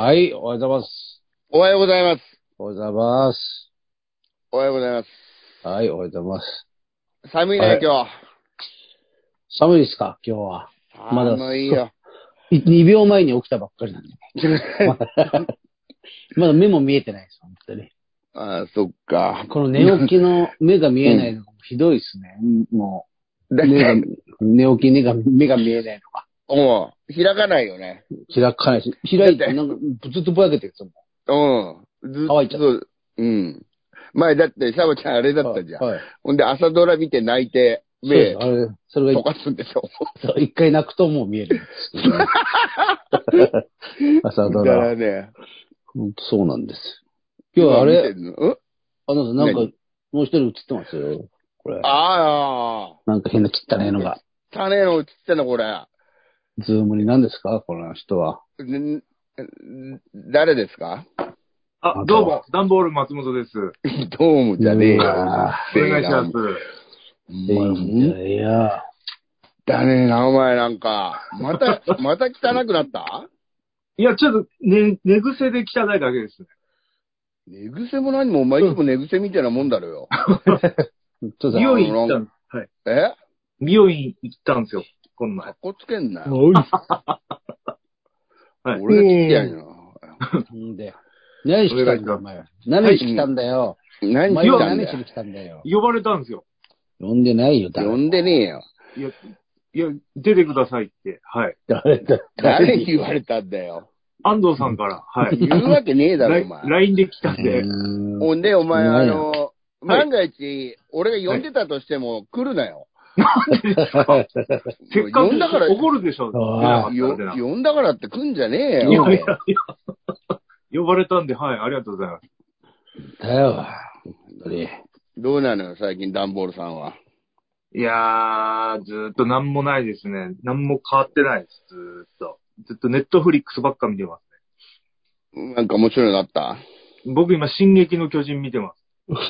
はい、おはようございます。 おはようございます。 おはようございます。 おはようございます。 はい、おはようございます。 寒いね、 はい、 今日。 寒いですか、今日は。まだ寒いよ。 2秒前に起きたばっかりなんで。まだ目も見えてないです、本当に。 ああ、そっか。 この寝起きの目が見えないのがひどいですね。もう、 だって、 寝起き目が見えないのが。 もう、開かないよね。 開かないし、開いて、なんか、ずっとぼやけてるんですよ。 うん。ず乾いちゃっっと、うん。前だって、シャバちゃんあれだた。 ったじゃん。 はい。 ほんで、朝ドラ見て泣いて、 そうです。 目、 あれ、それが溶かすんでしょ。 そう一回泣くともう見えるんですよね。朝ドだかラ。 らね、 本当そうなんです。今日は今あれ、 見てるの。うんなんか、 何もう一人映ってますよ。これ。 ああ、 なんか変な汚いのが。 汚ねえの映ってんの、これ。 ズームに何ですかこの人は。 ん誰ですか？ あ、どうも、ダンボール松本です。 どうもじゃねえうよ。 わお願いします。 いやいや。 だねえな、お前なんか。また汚くなった？ いや、ちょっと、寝癖で汚いだけですね。 寝癖も何も、お前いつも寝癖みたいなもんだろよ。 美容院行ったんです。はい。 え？ 美容院行ったんですよ、この前。 かっこつけんなよ。 おい。 はい。 俺が聞きやんよ。 んで。何しに来たんだよ、お前。何しに来たんだよ。 何お前はしたんだよ。 何しに来たんだよ。 呼ばれたんですよ。 呼んでないよ、誰も。 呼んでねえよ。 いや、出てくださいって。はい。 誰に言われたんだよ。 安藤さんから、はい。 言うわけねえだろ、お前。 LINE で来たんで。 ほんで、お前、 ないよ万が一、俺が呼んでたとしても来るなよ。 せっかく呼んだから怒るでしょ。出なかったら出なかっ呼んだからって来んじゃねえた。いよ。 やいやいや。呼ばれたんで、はい、ありがとうございます。 だよ。本当に。 どうなのよ、最近、ダンボールさんは。 いやー、ずーっとなんもないですね。なんも変わってないです、ずーっと。ずっとネットフリックスばっか見てますなんか面白いのあった？ ね。僕今、進撃の巨人見てます。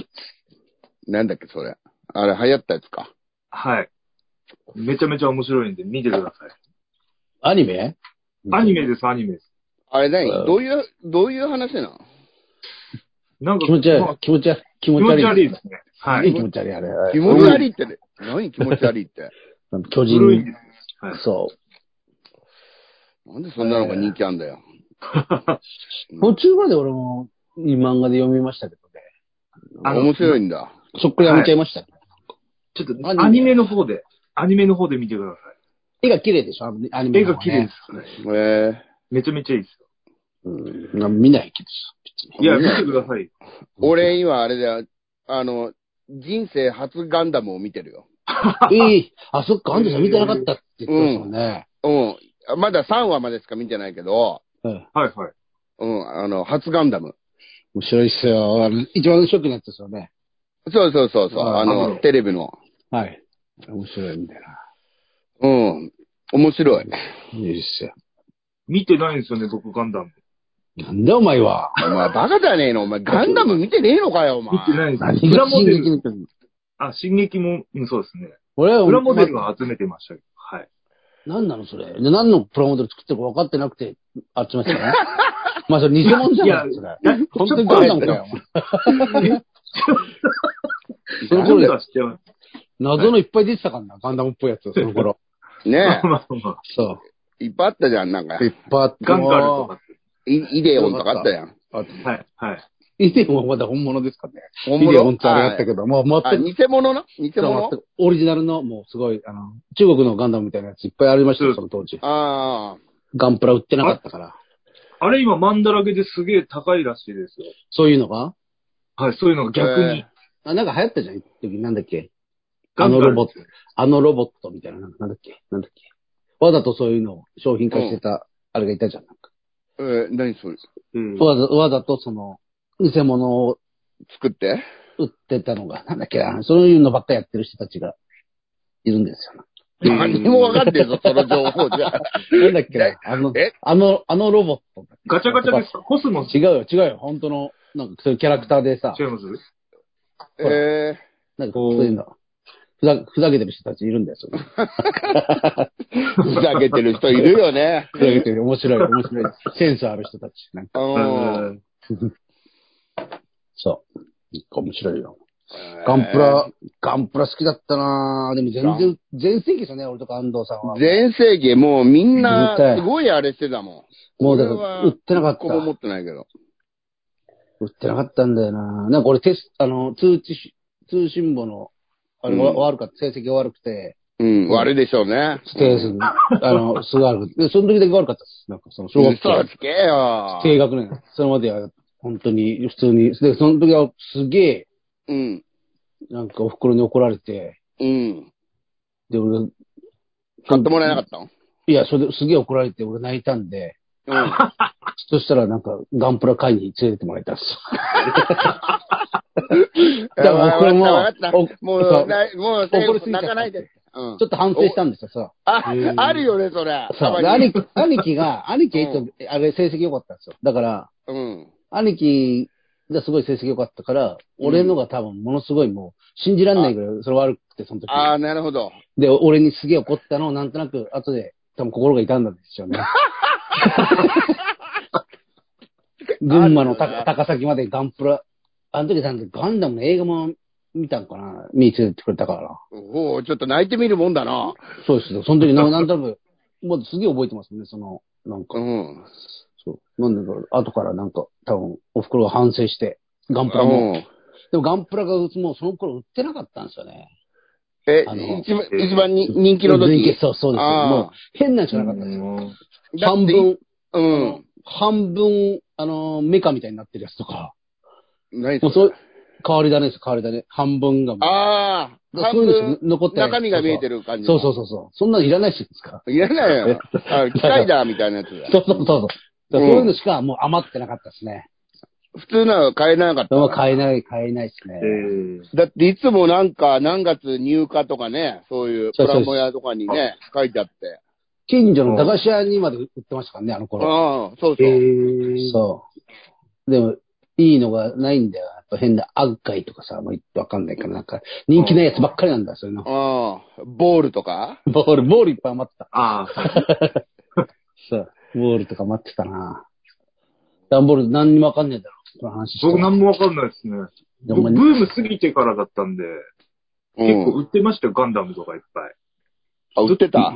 なんだっけ、それ。あれ、流行ったやつか。 はい。めちゃめちゃ面白いんで見てください。 アニメアニメです、アニメです。 あれ何？どういう話なの？ なんか、 気持ち悪いまあ。 気持ち悪い。 気持ち悪いですね。はい。 気持ち悪い、あれ。 気持ち悪いってね。何気持ち悪いって。 巨人。 古いんです。はい。 そなんでそんなのが人気あんだよ。 う。途中まで俺も漫画で読みましたけどね。 面白いんだ。 そっくりやめちゃいました。 ちょっと、アニメの方で見てくださ絵が綺麗でしょアニい。 メの方ね。 絵が綺麗です。はいめちゃめちゃいいですよ。 見ないけどいや、見てください。 俺今あれだよ。人生初ガンダムを見てるよ。 あ、そっか、アンドさん見てなかったって言ってましたもんね。 うん。まだ3話までしか見てないけど、 はいはい。 初ガンダム。 面白いっすよ。一番初期のやつですよね。 そう。テレビの。 はい。面白いんだよな。うん。面白い。 いいっすよ。 見てないんですよね、僕ガンダム。 なんだお前は。 お前バカじゃねえの。お前ガンダム見てねえのかよ、お前。 見てないんですよ。 何が進撃の巨人。 進撃も、そうですね。 俺は裏モデルは集めてましたけど。はい。 何なのそれ。で何のプラモデル作ってるか分かってなくて集めてたのまあそれ偽物じゃないそれ。本当にガンダムかよ。その頃謎のいっぱい出てたからな、ガンダムっぽいやつ、その頃。 ねえ。 そう。 いっぱいあったじゃん、なんか。 いっぱいあった。 ガンガルとか。 イデオンとかあったじゃん。 はい、はい。 イデオンはまだ本物ですかね。 本物イデオンってあれあったけど、もう全く。 偽物な偽物オリジナルの、もうすごい、中国のガンダムみたいなやついっぱいありましたよ、その当時。 ああ。 ガンプラ売ってなかったから。 あれ今、マンダラゲですげえ高いらしいですよ。 そういうのがはい、そういうのが逆に。 なんか流行ったじゃん、一時なんだっけロボット。 ロボットみたいな、なんだっけわざとそういうのを商品化してた、あれがいたじゃん。 何それ、 わざとその、偽物を作って売ってたのが、なんだっけな、そういうのばっかやってる人たちがいるんですよ。 何にもわかんねえぞ、その情報じゃ。 なんだっけな、あのロボット。 ガチャガチャですか？コスモス？ 違うよ。本当の、なんかそういうキャラクターでさ。 違います？ なんかそういうの。 ふざけてる人たちいるんだよ、それ。 ふざけてる人いるよね。 ふざけてる、面白い。センスある人たち。なんかそう。面白いよ。ガンプラ好きだったなぁ。でも全盛期ですよね、俺とか安藤さんは。 全盛期、もうみんな、すごいあれしてたもん。 もうだから、売ってなかった。 ここも持ってないけど。 売ってなかったんだよなぁ。なんか俺通信簿の、悪かった、成績が悪くて。 悪いでしょうね。 ステージに、すごい悪くて。その時だけ悪かったです。なんかその、小学校。 嘘つけよ。 低学年。それまでは、本当に、普通に。で、その時はすげえ、なんかお袋に怒られて。で、俺、 買ってもらえなかったの？ いや、それですげえ怒られて、俺泣いたんで。そしたらなんか、ガンプラ買いに連れてってもらえたんですよ。だからこれも、 もう泣かないで。 ちょっと反省したんですよ、さ。 あるよね、それ。 そう。兄貴いつも、あれ成績良かったんですよ。だから、兄貴がすごい成績良かったから、俺のが多分ものすごいもう、信じらんないぐらい、それ悪くて、その時。 なるほど。 で、俺にすげえ怒ったのをなんとなく、後で、多分心が痛んだんですよね。群馬の高崎までガンプラ、あの時ガンダムの映画も見たんかな、見に連れてってくれたから。 おお、ちょっと泣いてみるもんだな。 そうですよ。その時なんとなく、もうすげえ覚えてますね、なんか。そう。なんだか、後からなんか、多分、お袋が反省して、ガンプラも。でもガンプラがもうその頃売ってなかったんですよね。 一番人気の時。 そうですよ。もう、変なんじゃなかったんですよ。半分、メカみたいになってるやつとか。 何それ？変わり種です、変わり種。半分が。そういうの残ってない。 中身が見えてる感じ。 そう。そんなのいらないしですか？ いらないよ。機械だ、みたいなやつだ。 そう。そういうのしかもう余ってなかったですね。 普通のは買えなかった。 買えないですね。 だっていつもなんか何月入荷とかね、そういうプラモ屋とかにね、書いてあって。 近所の駄菓子屋にまで売ってましたからね、あの頃。 そう。 そう。でも、いいのがないんだよ。やっぱ変なアッガイとかさ、もうわかんないから、なんか、人気ないやつばっかりなんだ、そういうの。 ボールとかボールいっぱい余ってた。そう、ボールとか余ってたな。ダンボール何にもわかんねえだろ、その話して。 僕何もわかんないですね。ブーム過ぎてからだったんで、結構売ってましたよ、ガンダムとかいっぱい。 売ってた？ はい。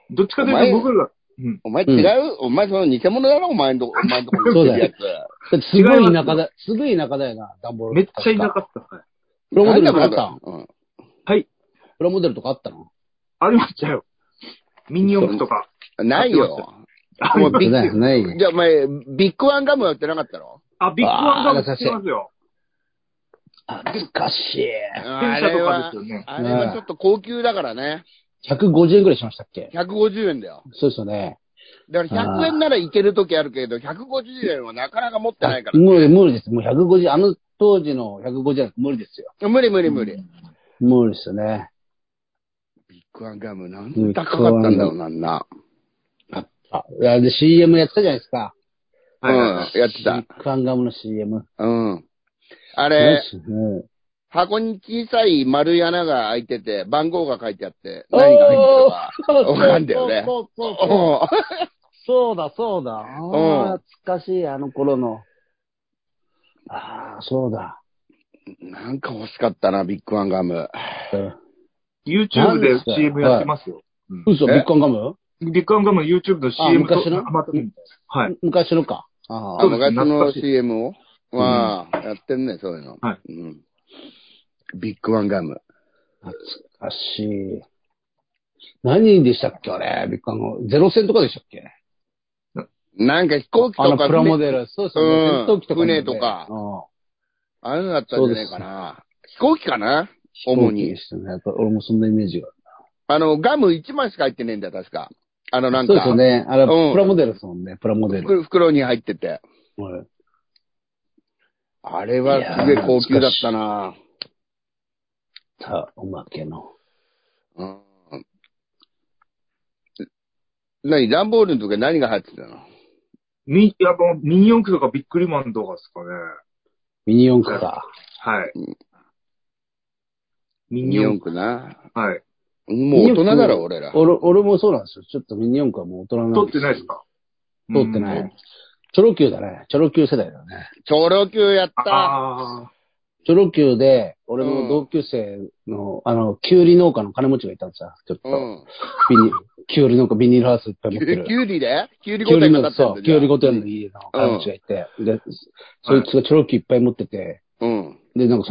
どっちかというと僕が、 お前違う？お前その偽物だろ、お前のとこに売ってるやつ。 すごい田舎だよな、ダンボール。 めっちゃ田舎だった。はい。 プラモデルとかあったの？ はい。 プラモデルとかあったの？ ありましたよ。ミニ四駆とか。 ないよ。もうないよ。じゃあお前、ビッグワンガムは売ってなかったの？ ビッグワンガム売ってますよ。 懐かしい。 あれはちょっと高級だからね。 150円くらいしましたっけ？ 150 円だよ。 そうですよね。 だから100円ならいけるときあるけど、150円はなかなか持ってないから、 ね。無理です。もう150、あの当時の150円無理ですよ。 無理。 無理ですよね。 ビッグワンガムなんで高かったんだろうな。 で CM やってたじゃないですか。 やってた。 ビッグワンガムの CM。 あれ、箱に小さい丸い穴が開いてて、番号が書いてあって、何が入ってるかわかんだよね。 そうだ。懐かしい、あの頃の。そうだ。 なんか欲しかったな、ビッグワンガム。 YouTube で CM やってますよ。 嘘、ビッグワンガム？ ビッグワンガム YouTube の CM 昔の？ はい。 昔のか。 昔の CM をやってんね、そういうの。ビッグワンガム。 懐かしい。何でしたっけあれ、ビッグワンガム。ゼロ戦とかでしたっけ？ なんか飛行機とか。 プラモデル。そうですね。戦闘機とか。 船とか。ああいうのだったんじゃないかな。飛行機かな？主に。 やっぱ俺もそんなイメージがある。ガム1枚しか入ってねえんだよ、確か。なんか。 そうですよね。プラモデルですもんね、プラモデル。 袋に入ってて。あれはすげえ高級だったな。 おまけの。 ダンボールの時何が入ってたの？ ミニ四駆とかビックリマンとかですかね。 ミニ四駆か。 はい。 ミニ四駆な。 はい。 もう大人だろ、俺ら。 俺もそうなんですよ。ちょっとミニ四駆はもう大人なんですよ。 通ってないですか？ 通ってない。チョロ Q だね。チョロ Q 世代だね。 チョロ Q やった。 チョロ Q で、俺の同級生の、キュウリ農家の金持ちがいたんですよ。ちょっと。キュウリ農家ビニールハウスいっぱい持ってる。 キュウリでキュウリごとやったんだ。 そう、キュウリごとやるの家の金持ちがいて。で、そいつがチョロ Q いっぱい持ってて。で、なんか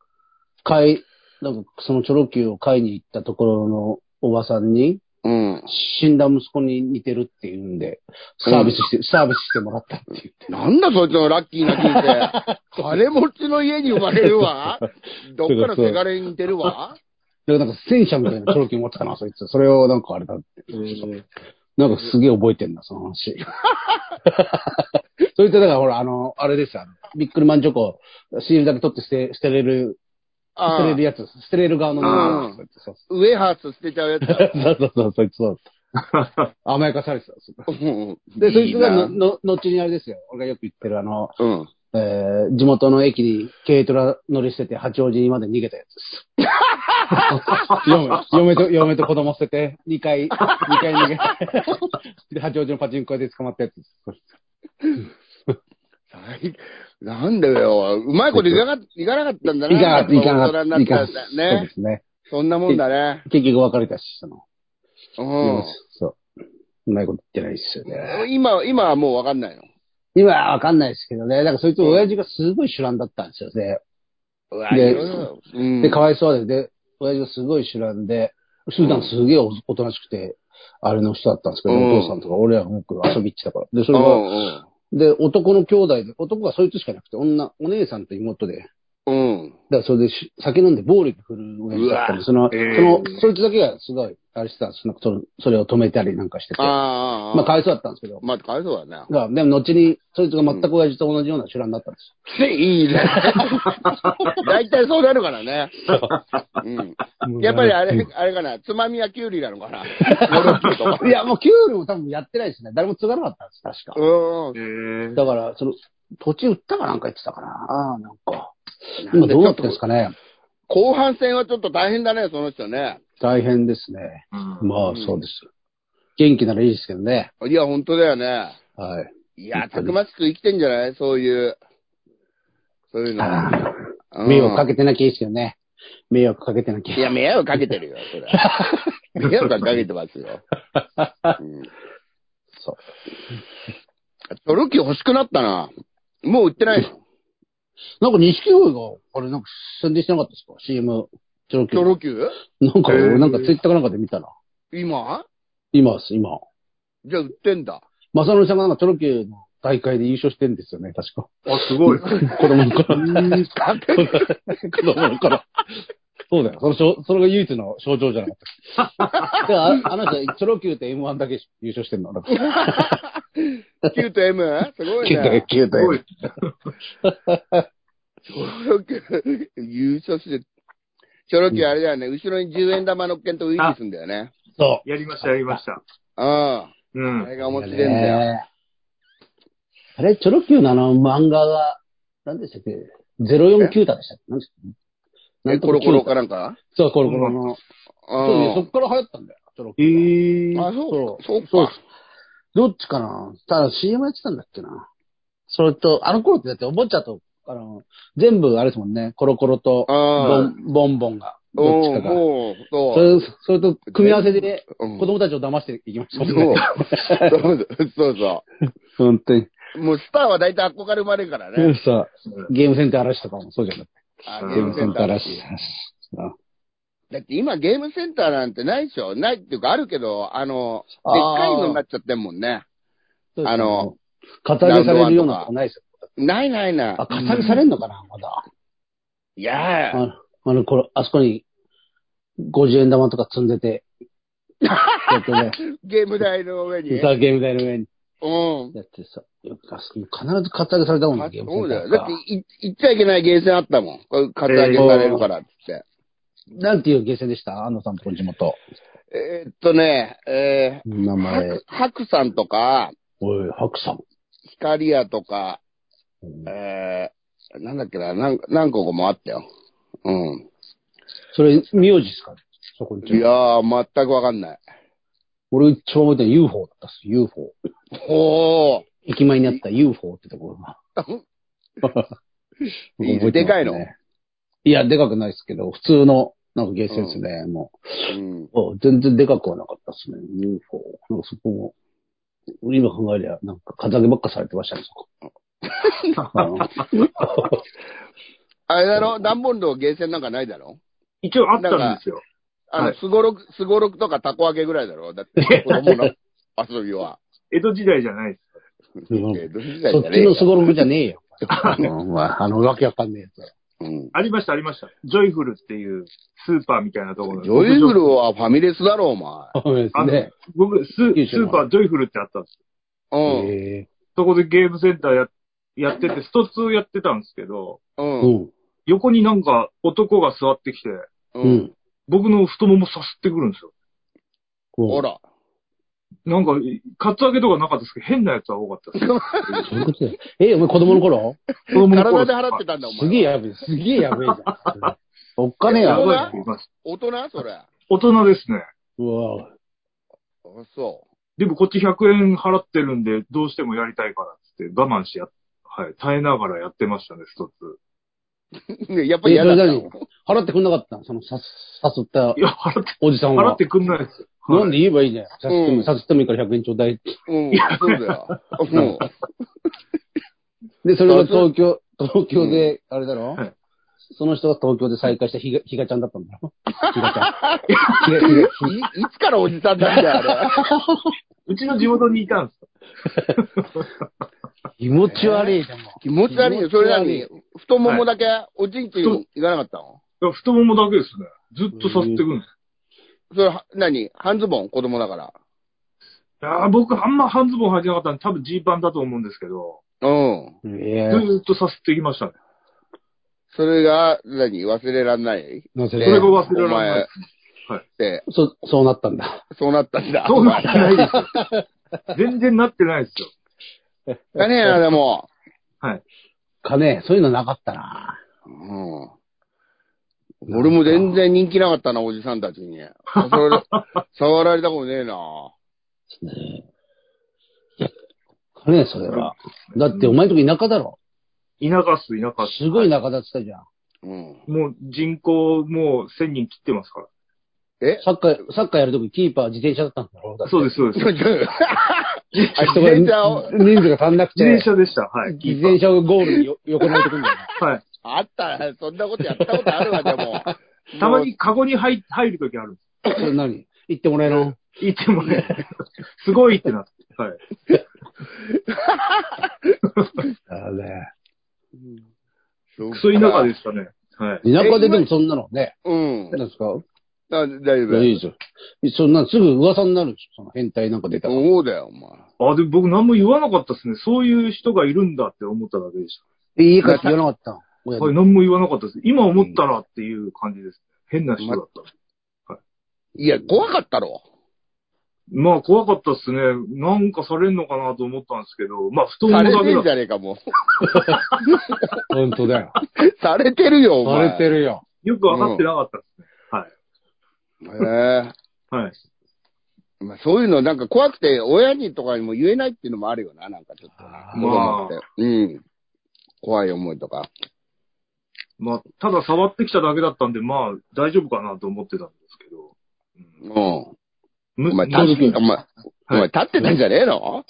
なんかそのチョロ Q を買いに行ったところのおばさんに、死んだ息子に似てるっていうんで、サービスしてもらったって言って。 なんだそいつのラッキーな人生。金持ちの家に生まれるわ。どっかのせがれに似てるわ。 なんか戦車みたいなチョロ Q 持ってたな、そいつ。それをなんかあれだって。なんかすげえ覚えてんな、その話。そいつだからほら、あれですよ。ビックリマンチョコ、シールだけ取って捨てれるやつ。捨てれる側のウエハース捨てちゃうやつだ。 そう、そいつそうだった。甘やかされてた。で、そいつが後にあれですよ。俺がよく言ってる地元の駅に軽トラ乗り捨てて八王子まで逃げたやつです。嫁と子供捨てて2回逃げで、八王子のパチンコ屋で捕まったやつです。 なんでよ、うまいこといかなかったんだな。 いかなかった。 ね。 そうですね。 そんなもんだね。 結局別れたし、そう。うまいこと言ってないですよね。 今はもうわかんないの？ 今はわかんないですけどね。だからそいつ親父がすごい主乱だったんですよね。で、かわいそうで、親父がすごい主乱で、普段すげえおとなしくて、あれの人だったんですけど、お父さんとか俺らもよく遊び行ってたから。で、それが、で、男の兄弟で、男がそいつしかなくて、お姉さんと妹で。だからそれで酒飲んで暴力振る親父だったんで、そいつだけがすごい、あれしてたんです。それを止めたりなんかしてて。まあ、かわいそうだったんですけど。 まあ、かわいそうだね。 でも、後に、そいつが全く親父と同じような手段になったんですよ。いいね。大体そうなるからね。やっぱりあれかな、つまみはキュウリなのかな。 いや、もうキュウリも多分やってないですね。誰も継がなかったんです、確か。だから、土地売ったかなんか言ってたかな。なんか。今どうなってんですかね。 後半戦はちょっと大変だね、その人ね。 大変ですね。まあ、そうです。元気ならいいですけどね。 いや、本当だよね。 はい。 いや、たくましく生きてんじゃない？そういうの。 迷惑かけてなきゃいいですけどね。迷惑かけてなきゃ。 いや、迷惑かけてるよ、それ。迷惑かけてますよ。 そう。 チョロ Q 欲しくなったな。もう売ってないの？ なんか錦鯉が、あれなんか宣伝してなかったですか？ CM。チョロ Q？ なんかツイッターかなんかで見たら。 今。 じゃあ売ってんだ。 まさのりさんがなんかチョロ Q の大会で優勝してんですよね、確か。 あ、すごい。 子供の頃。子供の頃。そうだよ。それが唯一の象徴じゃなかった。で、あの人、チョロ Q って M1 だけ優勝してんの。 Q と M？ すごいね。 Q と M。 チョロ Q 優勝して、チョロ Q あれだよね。後ろに10円玉乗っけんとウィリーすんだよね。 そう。 やりました。 あれが面白いんだよ。 あれ、チョロ Q の漫画が、何でしたっけ ?049 だでしたっけ何でしたっけコロコロかなんか？ そう、コロコロの。そっから流行ったんだよ、チョロ Q。 そうか。 どっちかな？ただ CM やってたんだっけな。それと、あの頃ってだっておもちゃと、全部あれですもんね。コロコロとボンボンが。どっちかが。それと組み合わせで子供たちを騙していきましたね。 そう。 本当に。 もうスターは大体憧れ生まれるからね。 そう。ゲームセンター嵐とかもそうじゃなくて。 ゲームセンター嵐。だって今ゲームセンターなんてないでしょ？ないっていうかあるけど、でっかいのになっちゃってんもんね。 肩上げされるようなとこないですよ。 ない。 肩上げされんのかなまだ。 いやー。 あそこに50円玉とか積んでて。 ゲーム台の上に。 ゲーム台の上に。だってさ、必ず肩上げされたもんね、ゲームセンター。 そうだよ。だって行っちゃいけないゲーセンあったもん。肩上げされるからって。 なんていうゲーセンでした安野さんとこの地元。名前。 白さんとか。 白さん。 光屋とか、なんだっけな、何個もあったよ。 それ、名字ですか？そこに。 いやー、全くわかんない。 俺一番覚えてる UFO だったっす、UFO。 ほー。 駅前にあった UFO ってところが。 でかいの？ いや、でかくないですけど、普通の、なんかゲーセンですね、もう。全然でかくはなかったっすね、UFO。なんかそこも、今考えりゃ、なんか、風上げばっかされてましたね、そこ。 あれだろ？ダンボンドゲーセンなんかないだろ？ 一応あったんですよ。 すごろくとかタコ揚げぐらいだろ？だって、子供の遊びは。 江戸時代じゃないです。 江戸時代じゃねえよ。 そっちのすごろくじゃねえよ。わけわかんねえやつ。 ありました、ありました。ジョイフルっていうスーパーみたいなところジョイフルはファミレスだろ、お前。 僕、スーパージョイフルってあったんですよ。そこでゲームセンターやってて、スト2やってたんですけど、横になんか男が座ってきて、僕の太ももさすってくるんですよ。 ほら。 なんか、カツアゲとかなかったですけど、変なやつは多かったです。 そういうことだよ。お前子供の頃？ 体で払ってたんだ、お前。 すげえやべえじゃん。おっかねえや。 大人それ。 大人ですね。 うわぁ。そう。 でもこっち100円払ってるんで、どうしてもやりたいからって我慢して耐えながらやってましたね、一つ。 やっぱり嫌だったの？払ってくんなかったの？そのさすったおじさんは。 払ってくんないですよ。 なんで言えばいいじゃん。さすってもいいから100円ちょうだいって。 いや、そうだよ。 で、それが東京で、あれだろ？その人が東京で再会したひがちゃんだったんだろ？ひがちゃん。 いつからおじさんなんだよ、あれ。 うちの地元にいたんです気持ち悪いじゃん、もう。 気持ち悪いよ。それなに、太ももだけ、おちんちん行かなかったの？ いや、太ももだけですね。ずっとさせてくるんです。 それ、半ズボン？子供だから。 いや僕、あんま半ズボン履いてなかったんで、多分ジーパンだと思うんですけど。ずーっとさせてきましたね。 それが、忘れらんない？ それが忘れらんない。 はい。そうなったんだ。 そうなったんだ。 そうなってないですよ。全然なってないですよ。 金やな、でも。 はい。 金、そういうのなかったな。 俺も全然人気なかったな、おじさんたちに。触られたことねえな。 金、それは。だってお前のとこ田舎だろ。 田舎っす。 すごい田舎だって言ったじゃん。 もう人口もう1000人切ってますから。 サッカーやるときキーパー自転車だったんだろ？ そうです。 人が人数が足んなくて。 自転車でした。はい。 自転車をゴールに横に置いてくんだよ。 はい。 あった、そんなことやったことあるわ、でも。 たまにカゴに入るときあるんです。 それ何？行ってもらえの？ 行ってもらえすごいってなって。はい。クソ田舎でしたね。はい。 田舎ででもそんなのね。何ですか？ 大丈夫。 いいですよ。そんなすぐ噂になるでしょ、その変態なんか出たら。 そうだよ、お前。 でも僕何も言わなかったですね。そういう人がいるんだって思っただけでした。 いいかって言わなかった。 はい、何も言わなかったです。今思ったらっていう感じです。変な人だった。 はい。いや、怖かったろ。 まあ、怖かったっすね。なんかされんのかなと思ったんですけど、まあ、太ももだけだ。 されてんじゃねえか、もう。 本当だよ。 されてるよ、お前。 されてるよ。 よくわかってなかったですね。はい。 まあ、そういうのなんか怖くて、親にとかにも言えないっていうのもあるよな、なんかちょっと。まあ。怖い思いとか。 まあ、ただ触ってきただけだったんで、まあ、大丈夫かなと思ってたんですけど。 お前立ってたんじゃねえの？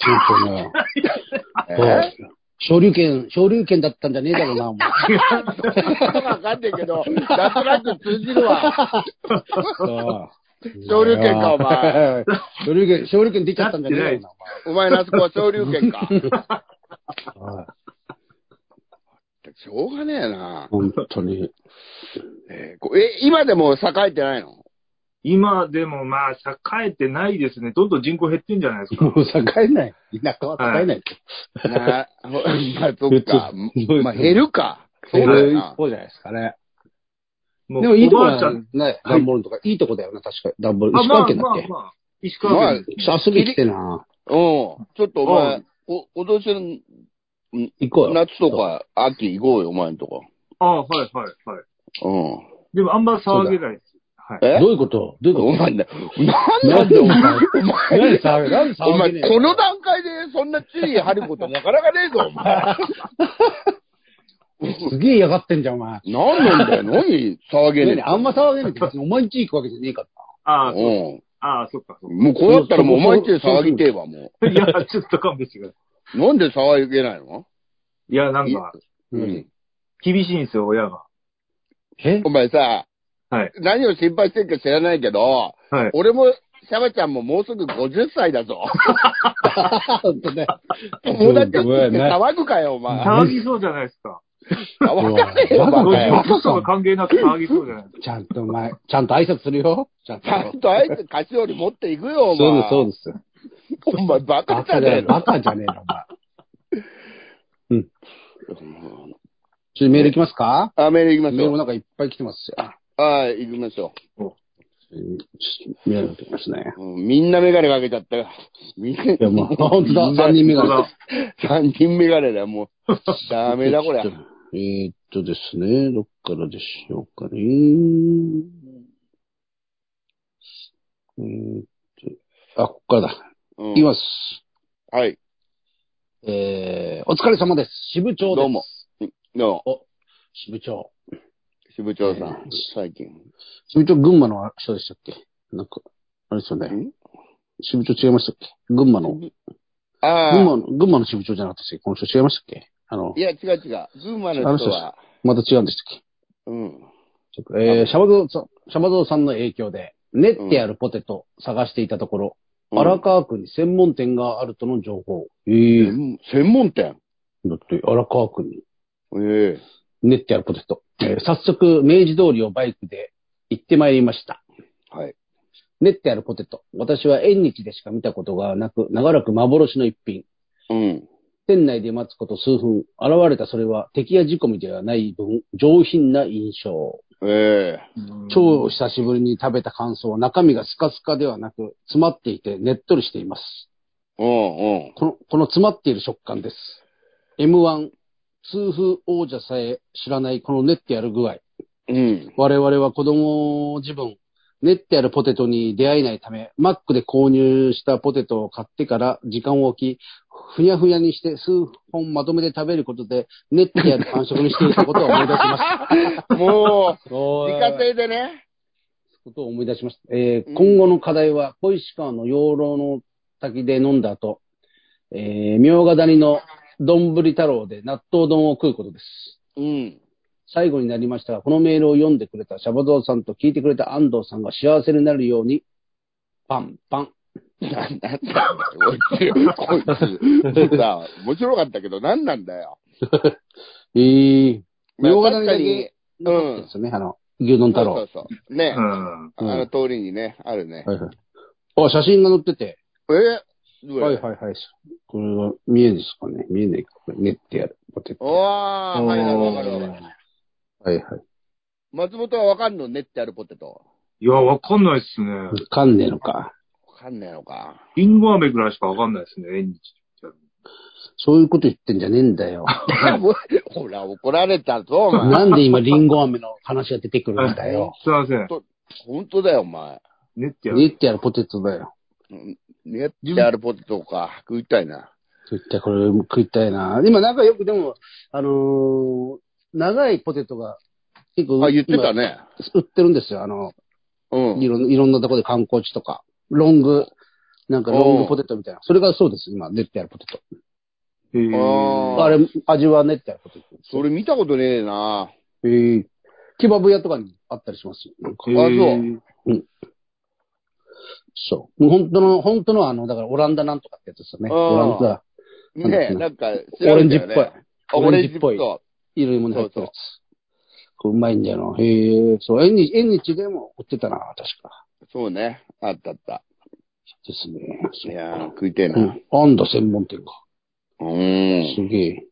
昇竜拳だったんじゃねえだろうな、お前。 わかんねえけど、なんとなく通じるわ。昇竜拳か、お前。 昇竜拳出ちゃったんじゃねえだろうな、 お前のあそこは昇竜拳か。しょうがねえな。 本当に。 今でも栄えてないの？ 今でもまあ、栄えてないですね。どんどん人口減ってんじゃないですか。 もう栄えない。田舎は栄えない。 まあ、そっか。まあ、減るか。 減る一方じゃないですかね。でもいいとこだよね。ダンボールとか。いいとこだよな、確かに。ダンボール。石川県だっけ？ まあ、石川県。 遊び来てな。 ちょっとお前、脅してる、 行こうよ。 夏とか秋行こうよ、お前んとこ。 はい。 でもあんま騒げないです。 はい。どういうことお前、なんでお前、お前、この段階でそんな注意張ることなかなかねえぞ、お前。 すげえ嫌がってんじゃん、お前。 なんだよ、何騒げねえ。 あんま騒げねえって別にお前んち行くわけじゃねえかった。 ああ、そう。ああ、そっか。 もうこうなったらもうお前んちで騒ぎてえわ、もう。いや、ちょっと勘弁してください。なんで騒げないの？ いや、なんか、厳しいんですよ、親が。 お前さ、 はい。 何を心配してるか知らないけど、はい。俺も、シャバちゃんももうすぐ50歳だぞ。 本当ね。 友達とって騒ぐかよ、お前。 騒ぎそうじゃないですか。 わかんないよ、バカよ。 50とか関係なく騒ぎそうじゃないですか。 ちゃんとお前、ちゃんと挨拶するよ。 ちゃんと挨拶、菓子折り持っていくよ、お前。 そうです。 お前、バカじゃねえの。 バカじゃねえの、お前。うん。ちょっとメール行きますか？ メール行きましょう。 メールもなんかいっぱい来てますよ。 はい、行きましょう。 メール来てますね。 みんなメガネかけちゃったよ。 いや、もう、ほんとだ、3人メガネ。 3人メガネだよ、もう。ダメだ、これ。 ですね、どっからでしょうかね。こっからだ。いきます。 はい。 お疲れ様です。支部長です。 どうも。どうも。 支部長。 支部長さん、最近。 支部長、群馬の人でしたっけ？なんか、あれですよね。支部長違いましたっけ？群馬の。群馬の支部長じゃなかったっけ？この人違いましたっけ？ いや、違う。群馬の人は。 また違うんでしたっけ？シャバゾウさんの影響で、練ってあるポテト探していたところ、荒川区に専門店があるとの情報。 専門店？ だって、荒川区に。練ってあるポテト。早速、明治通りをバイクで行ってまいりました。 はい。 練ってあるポテト。私は縁日でしか見たことがなく、長らく幻の一品。店内で待つこと数分、現れたそれは敵や仕込みではない分、上品な印象。超久しぶりに食べた感想は中身がスカスカではなく、詰まっていてねっとりしています。この詰まっている食感です。M1、痛風王者さえ知らないこの練ってある具合。我々は子供自分、練ってあるポテトに出会えないため、マックで購入したポテトを買ってから時間を置き、ふにゃふにゃにして数本まとめて食べることで、練ってある感触にしていたことを思い出しました。 もう、自家製でね。 ことを思い出しました。今後の課題は、小石川の養老の滝で飲んだ後、茗ヶ谷の丼太郎で納豆丼を食うことです。最後になりましたが、このメールを読んでくれたシャバゾウさんと聞いてくれた安藤さんが幸せになるように、パンパン。 なんだよ、こいつ。さ、面白かったけど、何なんだよ。 茗ヶ谷だけ、ですね、牛丼太郎。 そう。ね、通りにね、あるね。 写真が載ってて。 はい。 これは見えるんですかね？見えないか。練ってやる。ポテト。 わかる。 はい。 松本はわかんの？練ってあるポテト。 いや、わかんないっすね。 わかんねえのか。 リンゴ飴ぐらいしかわかんないですね、縁日。 そういうこと言ってんじゃねえんだよ。 ほら、怒られたぞ、お前。 なんで今リンゴ飴の話が出てくるんだよ。 すいません。 本当だよ、お前。 練ってやるポテトだよ。 練ってあるポテトか。食いたいな。 これ食いたいな。今なんかよくでも、長いポテトが結構。 言ってたね。 売ってるんですよ。いろんなとこで観光地とか。ロングポテトみたいな。それがそうです、今、練ってあるポテト。あれ、味は練ってあるポテト。 それ見たことねえな。 ケバブ屋とかにあったりしますよ。そう。本当のだからオランダなんとかってやつですよね。オランダ。 ねえ、なんか、 オレンジっぽい。 オレンジっぽい。 色々も入ってるやつ。うまいんだよな。そう、縁日でも売ってたな、確か。 そうね。あった。 ですね。 いやー、食いてえな。 アンダ専門店か。すげえ。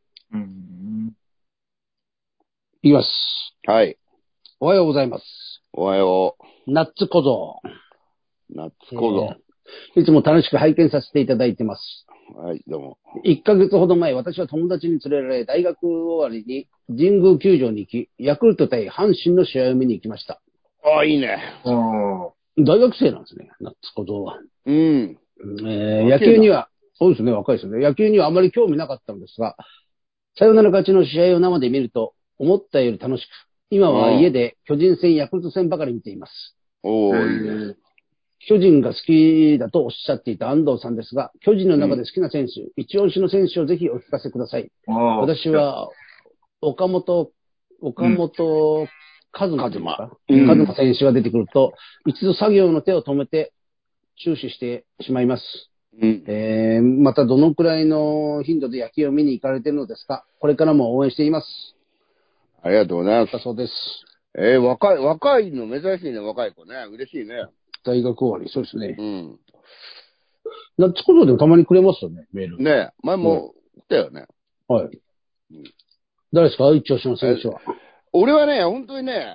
いきます。 はい。 おはようございます。 おはよう。ナッツ小僧。 ナッツ小僧。 いつも楽しく拝見させていただいてます。 はい、どうも。 1ヶ月ほど前、私は友達に連れられ、大学終わりに神宮球場に行き、ヤクルト対阪神の試合を見に行きました。 ああ、いいね。 大学生なんですね、夏小僧は。 うん。 野球には、そうですね、若いですよね。野球にはあまり興味なかったのですが、サヨナラ勝ちの試合を生で見ると、思ったより楽しく、今は家で巨人戦、ヤクルト戦ばかり見ています。 おー、いいね。 巨人が好きだとおっしゃっていた安藤さんですが、巨人の中で好きな選手、一押しの選手をぜひお聞かせください。私は、岡本和真選手が出てくると、一度作業の手を止めて注視してしまいます。またどのくらいの頻度で野球を見に行かれているのですか？これからも応援しています。 ありがとうございます。 そうです。 若いの珍しいね、若い子ね。嬉しいね。 大学終わり、そうですね。夏小僧でもたまにくれますよね、メール。 ね前も来たよね。 はい。誰ですか？一押しの選手は。 俺はね、本当にね、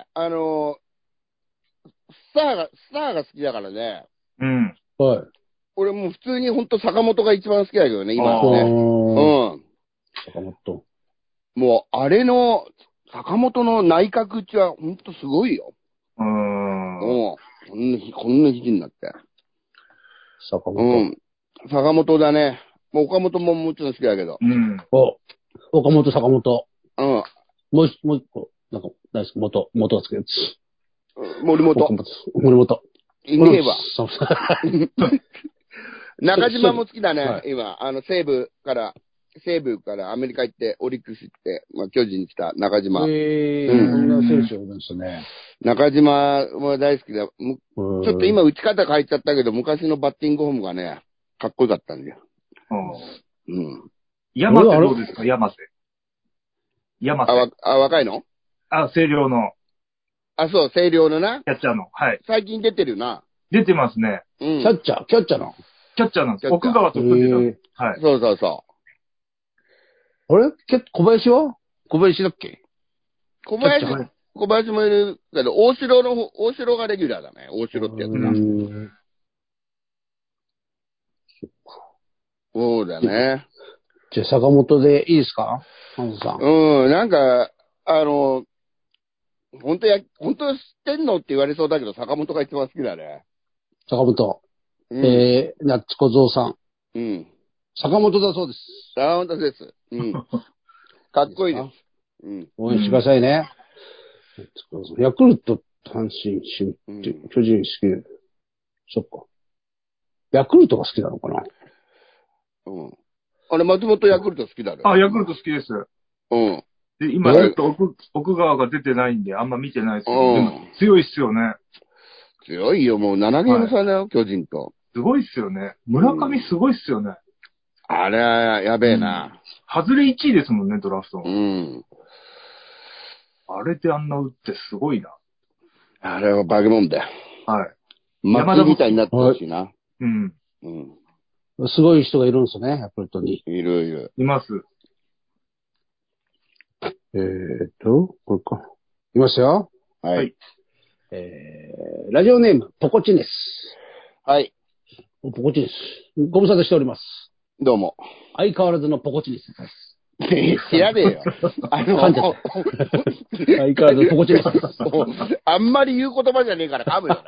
スターが好きだからね。 はい。 俺もう普通に本当坂本が一番好きだけどね、今はね。 坂本。 もう、あれの、坂本の内角打ちは本当すごいよ。こんな肘になって。 坂本。 坂本だね。もう岡本ももちろん好きだけど。 岡本、坂本。もう一個、なんか、何ですか、元がつけるやつ。森本。 いねえわ。中島も好きだね、今。西部からアメリカ行って、オリックス行って、巨人に来た中島。 こんな選手いるんですね。 中島も大好きだ。ちょっと今打ち方変えちゃったけど、昔のバッティングフォームがね、かっこよかったんだよ。 山瀬どうですか？山瀬。 若いの？ 星稜の。 そう、星稜のな。 キャッチャーの。はい。 最近出てるな。 出てますね。 キャッチャーの。 キャッチャーなんです。奥川と組んでた。はい。 そう。 あれ小林は？小林だっけ？ 小林もいるけど、大城がレギュラーだね。大城ってやつな。そうだね。 じゃあ、坂本でいいですか？ハンさん。 なんか、本当知ってんのって言われそうだけど、坂本が一番好きだね。 坂本。夏小僧さん。坂本だそうです。 坂本です。かっこいいです。 応援してくださいね。ヤクルト、阪神、巨人好きで。そっか。ヤクルトが好きなのかな？ あれ、松本ヤクルト好きだね。 ヤクルト好きです。で、今ちょっと奥川が出てないんで、あんま見てないですけど、でも強いっすよね。 強いよ、もう7ゲーム差だよ、巨人と。 すごいっすよね。村上すごいっすよね。 あれは、やべえな。 外れ1位ですもんね、ドラフト。あれであんな打ってすごいな。 あれは化け物だよ。 はい。 松井みたいになってほしいな。 すごい人がいるんですよね、ヤクルトに。 いる。 います。 これか。いますよ。 はい。 ラジオネーム、ポコチンです。 はい。 ポコチンです。ご無沙汰しております。 どうも。 相変わらずのポコチンです。 知らねえよ。 相変わらずポコチンです。 あんまり言う言葉じゃねえから噛むよ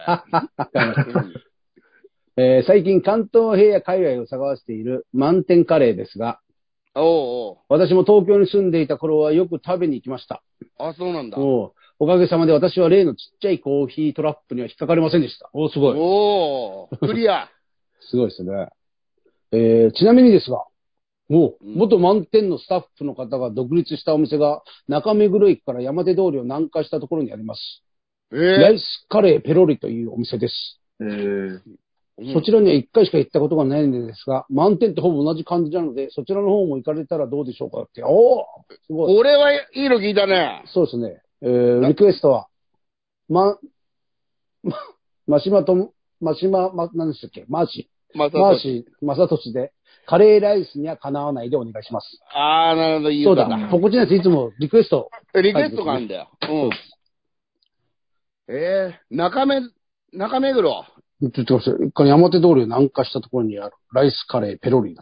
ね。最近関東平野界隈を探している満点カレーですが、私も東京に住んでいた頃はよく食べに行きました。 そうなんだ。 おかげさまで私は例のちっちゃいコーヒートラップには引っかかりませんでした。すごい。クリア。 すごいですね。ちなみにですが、元満点のスタッフの方が独立したお店が中目黒駅から山手通りを南下したところにあります。ライスカレーペロリというお店です。そちらには1回しか行ったことがないんですが、満点ってほぼ同じ感じなので、そちらの方も行かれたらどうでしょうかって。すごい。 これはいいの聞いたね。 そうですね。リクエストは、何でしたっけ？マーシー、マサトシで、カレーライスにはかなわないでお願いします。 なるほど、いいそうだ。ポコチンやついつもリクエスト。 リクエストがあるんだよ。中目黒。 ちょっと待って、山手通りを南下したところにある、ライスカレーペロリだって。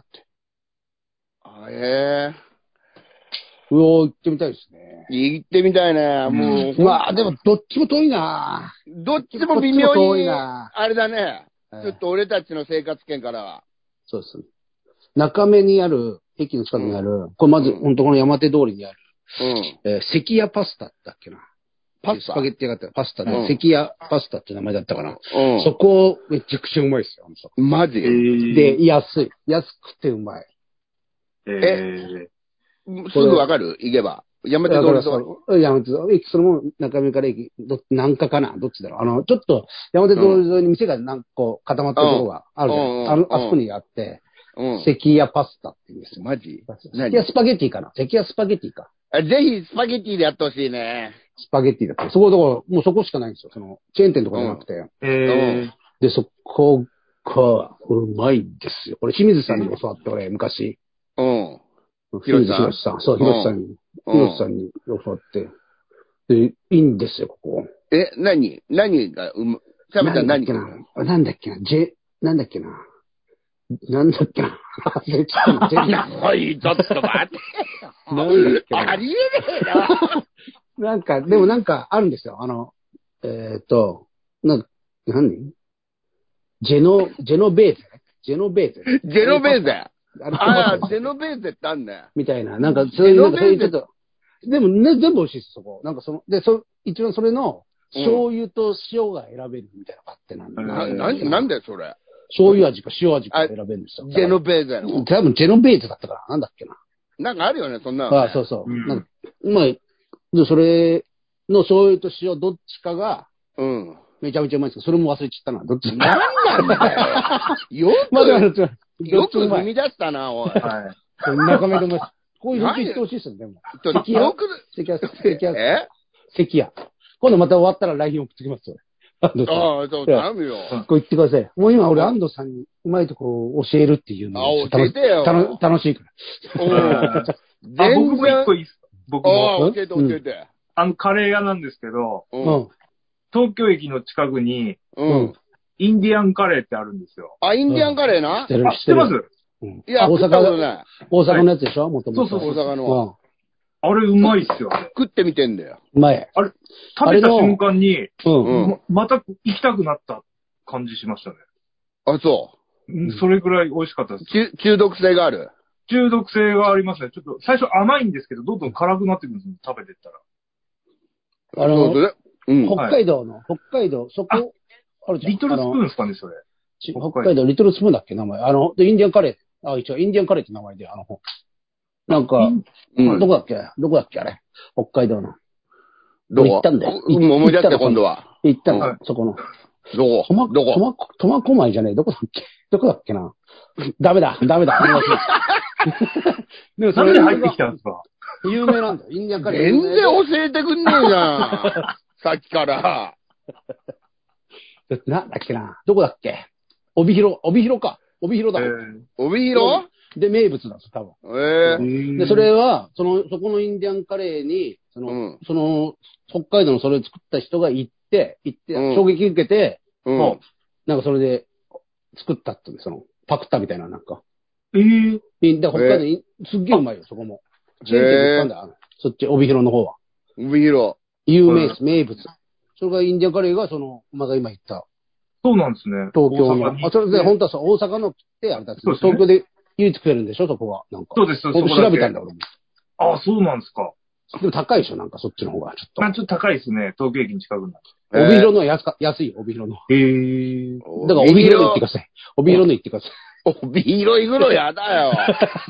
行ってみたいですね。 行ってみたいね。もう。 まあ、でも、どっちも遠いな。 どっちも微妙に、あれだね。ちょっと俺たちの生活圏からは。 そうです。中目にある、駅の近くにある、これまず、本当この山手通りにある、関谷パスタだっけな。スパゲッティがあったパスタで、関谷パスタって名前だったかな。そこ、めちゃくちゃうまいですよ。 マジで、安い。安くてうまい。 すぐわかる行けば。山手通りと。 山手通り。それも中目から駅、南下かなどっちだろう。ちょっと、山手通り沿いに店が何個固まったところがあるじゃん。あそこにあって、関谷パスタって言うんですよ。 マジ関谷スパゲッティかな関谷スパゲッティか。 ぜひスパゲッティでやってほしいね。 スパゲッティだって。そこだから、もうそこしかないんですよ。チェーン店とかじゃなくて。で、そこが、うまいですよ。俺、清水さんに教わって、俺、昔。広瀬さん。そう、広瀬さんに教わって。で、いいんですよ、ここ。 何が食べたら何かなんだっけななんだっけなおい、ちょっと待って。ありえねえな。でもあるんですよ。何ジェノベーゼジェノベーゼジェノベーゼってあんね。 みたいな。そういうちょっと。でもね、全部美味しいです、そこ。一番それの、醤油と塩が選べるみたいなのがあってなんだよ、それ。 醤油味か塩味か選べるんですよ。 ジェノベーゼの。 多分ジェノベーゼだったから、なんだっけな。 なんかあるよね、そんなの、ね。 そうそう。まあ、それの醤油と塩どっちかが、めちゃめちゃうまいんですけど、それも忘れちゃったな。どっちなんなんだよ。よく踏み出したな、おい。 中目でも、こういうふうに言ってほしいですよ、でも。関谷。今度また終わったら LINE 送ってきますよ。 そう、頼むよ。 こう言ってください。もう今俺、安藤さんにうまいとこ教えるっていうのを。教えてよ。 楽しいから。 僕も一個いいっす。僕も。 教えて。 カレー屋なんですけど、東京駅の近くに、インディアンカレーってあるんですよ。 インディアンカレーな。 知ってますいや、大阪のやつでしょそう。 大阪の。 あれうまいっすよ。 食ってみてんだよ。 うまい。 あれ、食べた瞬間に、また行きたくなった感じしましたね。 そう。 それぐらい美味しかったです。 中毒性がある。 中毒性がありますね。ちょっと、最初甘いんですけど、どんどん辛くなってくるんですよ。食べてったら。 北海道、そこ、あるじゃん。 リトルスプーンですかね、それ。 北海道、リトルスプーンだっけ、名前。インディアンカレー。一応、インディアンカレーって名前で、どこだっけあれ。北海道の。行ったんだよ。 思い出して今度は。 行ったの、そこの。 どこ苫小牧じゃねえ、どこだっけな。ダメだ。 でもそれで入ってきたんですか？ 有名なんだよ、インディアンカレー。 全然教えてくんねえじゃん。さっきから。 なんだっけな。どこだっけ？帯広か。帯広だ。 帯広で、名物なんですよ、多分。で、それは、そこのインディアンカレーに、北海道のそれを作った人が行って、衝撃受けて、それで作ったって、パクったみたいな、北海道すっげえうまいよ、そこも。チェーン店で行ったんだよ、そっち、帯広の方は。 帯広。 有名です、名物。それがインディアンカレーが、まだ今言った。 そうなんですね。 東京の。それで、本当は大阪のって、あれだって、東京で唯一食えるんでしょ、そこは。 そうです、 調べたんだ、俺も。 そうなんですか。 でも高いでしょ、そっちの方が、ちょっと。 ちょっと高いですね、東京駅に近くなって。 帯広のは安いよ、帯広の。だから帯広の行ってください。帯広の行ってください。 帯広行くのやだよ。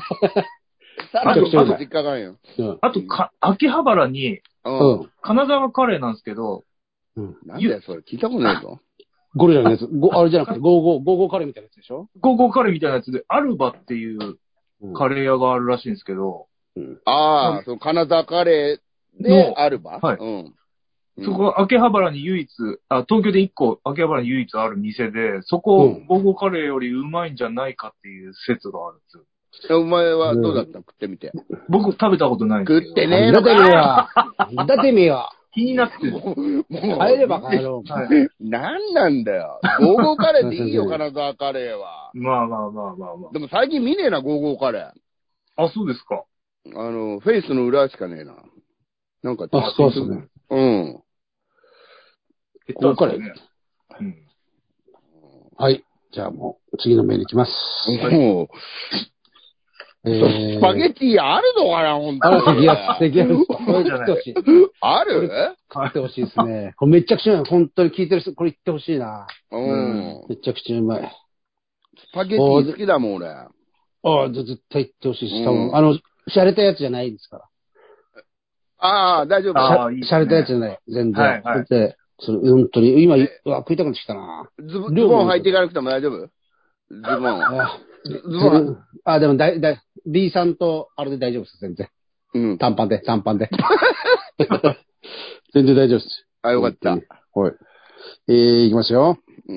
あと、秋葉原に、金沢カレーなんですけど、 なんだよ、それ。聞いたことないぞ。 ゴリラのやつ。あれじゃなくて、ゴーカレーみたいなやつでしょ？ ゴーカレーみたいなやつで、アルバっていうカレー屋があるらしいんですけど。 金沢カレーでアルバ？ はい。そこは秋葉原に唯一、東京で1個秋葉原に唯一ある店で、そこ、ゴーカレーよりうまいんじゃないかっていう説があるんですよ。 お前はどうだった？食ってみて。 僕食べたことないんですけど。 食ってねえのかだってめえは。 気になってる。 も帰れば帰ろう。 なんなんだよ。ゴーゴーカレーでいいよ、金沢カレーは。 まあ。 でも最近見ねえな、ゴーゴーカレー。 あ、そうですか。 フェイスの裏しかねえな。なんか、 そうですね。 うん。 ゴーゴーカレーね。 うん。はい。じゃあもう、次のメールいきます。 もう、スパゲティあるのかな、ほんとに。 関谷これ来てほしい。 ある来てほしいですね。これめちゃくちゃうまい。本当に聞いてる人、これ言ってほしいな。めちゃくちゃうまい。 スパゲティ好きだもん、俺。 ああ、絶対言ってほしいし、多分、洒落たやつじゃないですから。 ああ、大丈夫。 洒落たやつじゃない。全然。はい。だって、本当に、今、食いたくなってきたな。 ズボン履いていかなくても大丈夫？ズボン。 でもB さんと、あれで大丈夫です、全然。うん。短パンで。全然大丈夫です。 あ、よかった。 はい。いきますよ。 うん。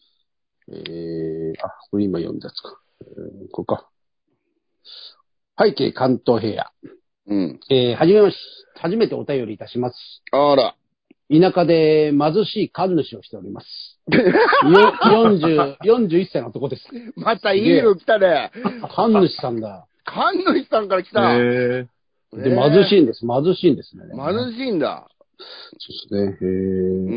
これ今読んだやつか。ここか。背景関東平野。 うん。 初めてお便りいたします。 あら。 田舎で貧しい神主をしております。41歳の男です。 またいいの来たね。 神主さんだ。 神主さんから来た。 で、貧しいんですね。 貧しいんだ。 そうですね。うん。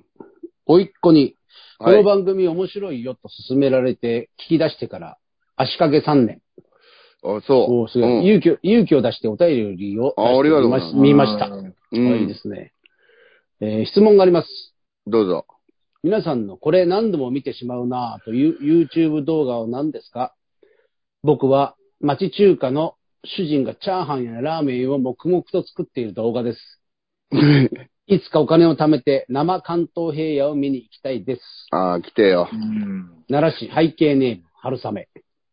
おいっ子に、この番組面白いよと勧められて聞き出してから、足掛け3年。 あ、そう。 すごい。勇気を出してお便りを見ました。いいですね。質問があります。 どうぞ。 皆さんのこれ何度も見てしまうなぁという YouTube 動画は何ですか？僕は町中華の主人がチャーハンやラーメンを黙々と作っている動画です。いつかお金を貯めて生関東平野を見に行きたいです。 ああ、来てよ。 奈良市背景ネーム、春雨。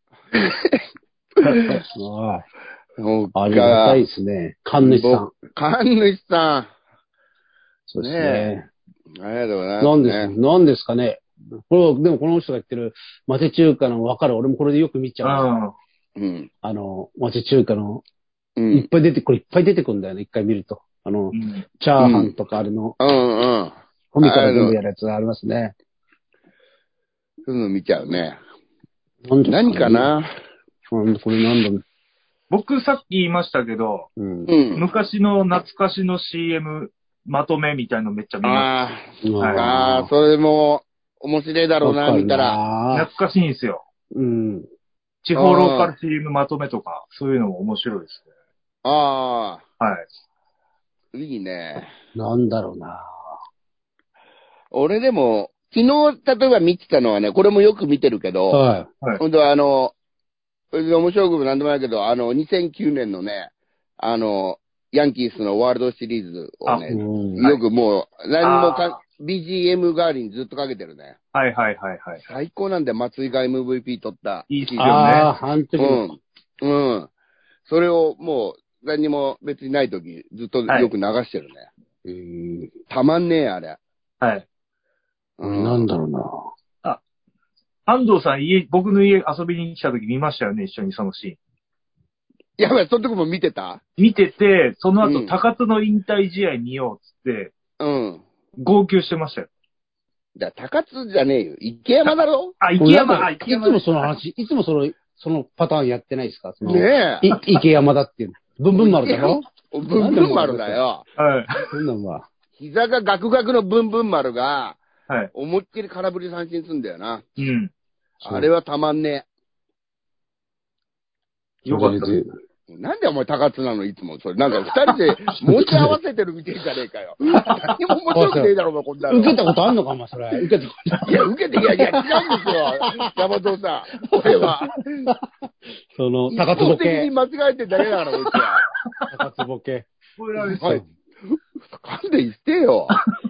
ありがたいですね。神主さん。 神主さん。 そうですね。 ありがとうございます。 何ですかね。でもこの人が言ってる町中華の分かる。俺もこれでよく見ちゃう。町中華の、いっぱい出てくるんだよね。一回見ると。チャーハンとかあれの、コミカル全部やるやつがありますね。 そういうの見ちゃうね。何かな？ これ何だろう。 僕さっき言いましたけど、昔の懐かしの CM まとめみたいのめっちゃ見ました。それも面白いだろうな、見たら。 懐かしいんですよ。地方ローカル CM まとめとか、そういうのも面白いですね。はい。 いいね。 なんだろうな。 俺でも、昨日、例えば見てたのはね、これもよく見てるけど、本当は面白くもなんでもないけど、2009年のね、ヤンキースのワールドシリーズをね、よくもう、何もBGM 代わりにずっとかけてるね。 はい。 最高なんだよ、松井が MVP 取った。 いいっすよね。 それをもう、何にも別にないとき、ずっとよく流してるね。たまんねえ、あれ。 はい。 なんだろうな。 安藤さん僕の家遊びに来たとき見ましたよね、一緒にそのシーン。 やばい、そのとこも見てた？ 見てて、その後、高津の引退試合見ようっつって、号泣してましたよ。 高津じゃねえよ。池山だろ？ 池山。いつもその話、いつもそのパターンやってないですか？ ねえ。 池山だっていう。ブンブン丸だろ？ ブンブン丸だよ。 はい。 そんなんは。 膝がガクガクのブンブン丸が、思いっきり空振り三振すんだよな。あれはたまんねえ。よかった。 なんでお前高津なのいつも。それなんか二人で持ち合わせてるみてえじゃねえかよ。何も面白くねえだろ、お前こんなの。 受けたことあんのか、お前それ。 いや、違うんですよ。山藤さん。俺は。 高津ボケ。 一方的に間違えてるだけだから、こいつは。 高津ボケ。 はい。噛んで言ってよ。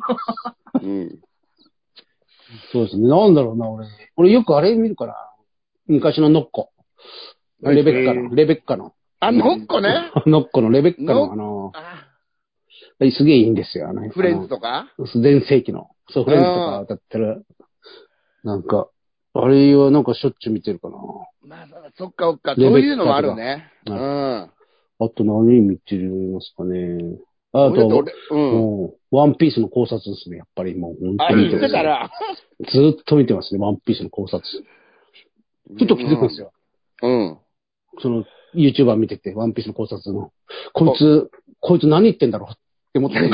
そうですね。なんだろうな、俺よくあれ見るから。昔のノッコ。レベッカの。 ノッコね。 ノッコのレベッカのすげえいいんですよ。 フレンズとか全盛期の。そう、フレンズとか歌ってる。なんか、あれはなんかしょっちゅう見てるかな。 まあ、そっか。そういうのもあるね。 あと何見てますかね。 あと、ワンピースの考察ですね、やっぱりもう本当に。 言ってたら。 ずーっと見てますね、ワンピースの考察。ちょっと気づくんですよ。その、YouTuber 見てて、ワンピースの考察の。こいつ何言ってんだろうって思ってる。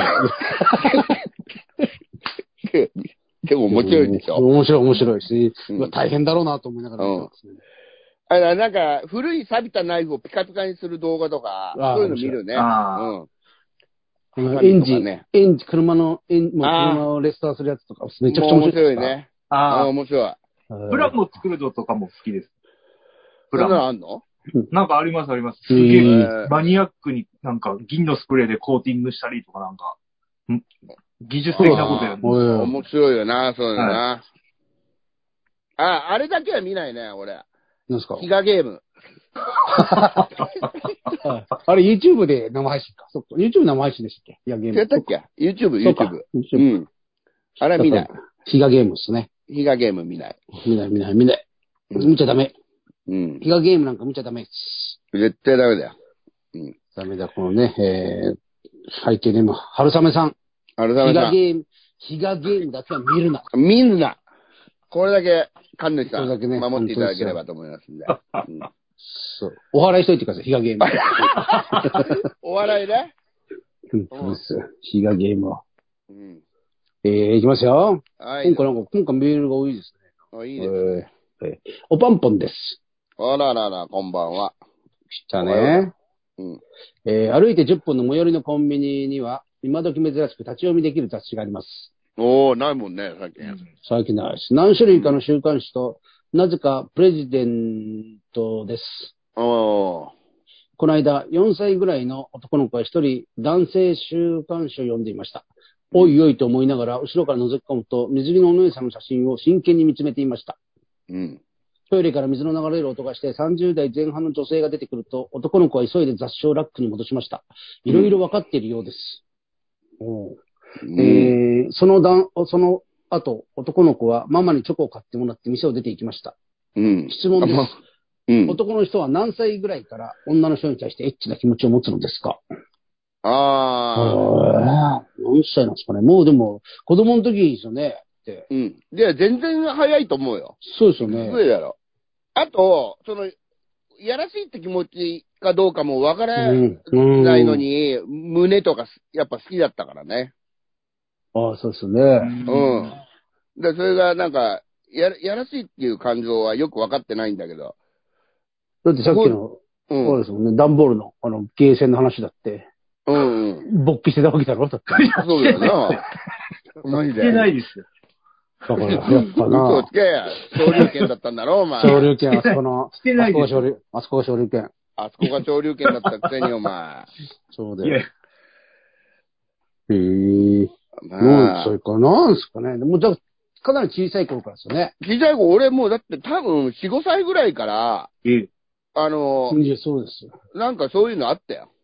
でも面白いでしょ。 面白いし、大変だろうなと思いながら見てますね。 なんか、古い錆びたナイフをピカピカにする動画とか、そういうの見るね。 エンジン、車をレストアするやつとか、めちゃくちゃ面白いね。 面白い。 プラモ作るのとかも好きです。 プラモあんの？ なんかあります。すげえ、マニアックになんか銀のスプレーでコーティングしたりとかなんか、技術的なことやる。 面白いよな、そういうのな。あれだけは見ないね、俺。 何ですか？ ヒガゲーム。 あれ YouTube で生配信か。そっか。YouTube 生配信でしたっけ？ヒガゲーム。 やったっけ？ YouTube。うん。あれ見ない。 ヒガゲームですね。 ヒガゲーム見ない。 見ない。見ちゃダメ。ヒガゲームなんか見ちゃダメ。 絶対ダメだよ。 ダメだ、このね、背景ネーム、春雨さん。ヒガゲームだけは見るな。 見るな。これだけ、神主さん、守っていただければと思いますんで。 そう。お祓いしといてください、ヒガゲーム。 お笑いね。 そうです。ヒガゲームは。いきますよ。今回メールが多いですね。 いいですね。 おパンポンです。 あららら、こんばんは。 来たね。歩いて10分の最寄りのコンビニには、今時珍しく立ち読みできる雑誌があります。 ないもんね、 最近ないです。何種類かの週刊誌と、なぜかプレジデントです。この間、4歳ぐらいの男の子が一人、男性週刊誌を読んでいました。おいおいと思いながら、後ろから覗き込むと、水着のお姉さんの写真を真剣に見つめていました。トイレから水の流れる音がして、30代前半の女性が出てくると、男の子は急いで雑誌をラックに戻しました。いろいろ分かっているようです。その後、男の子はママにチョコを買ってもらって店を出て行きました。質問です。男の人は何歳ぐらいから女の人に対してエッチな気持ちを持つのですか？何歳なんですかね。もうでも、子供の時ですよね。 で、全然早いと思うよ。 そうですよね。 そうやろ。あと、やらしいって気持ちかどうかもわからないのに、胸とかやっぱ好きだったからね。 そうですね。 で、それがなんか、やらしいっていう感情はよくわかってないんだけど。 だってさっきの、そうですもんね、段ボールの、ゲーセンの話だって。勃起してたわけだろだって。 そうだよな。マジで。 してないですよ。 だから、やっぱな。 嘘つけや。昇竜拳だったんだろ、お前。 昇竜拳、あそこの。 してないですよ。 あそこが昇竜拳。 あそこが昇竜拳だったくせに、お前。 そうだよ。それかなんすかね。でも、かなり小さい頃からですよね。 小さい頃、俺もうだって多分4、5歳ぐらいから、 そうですよ。 なんかそういうのあったよ。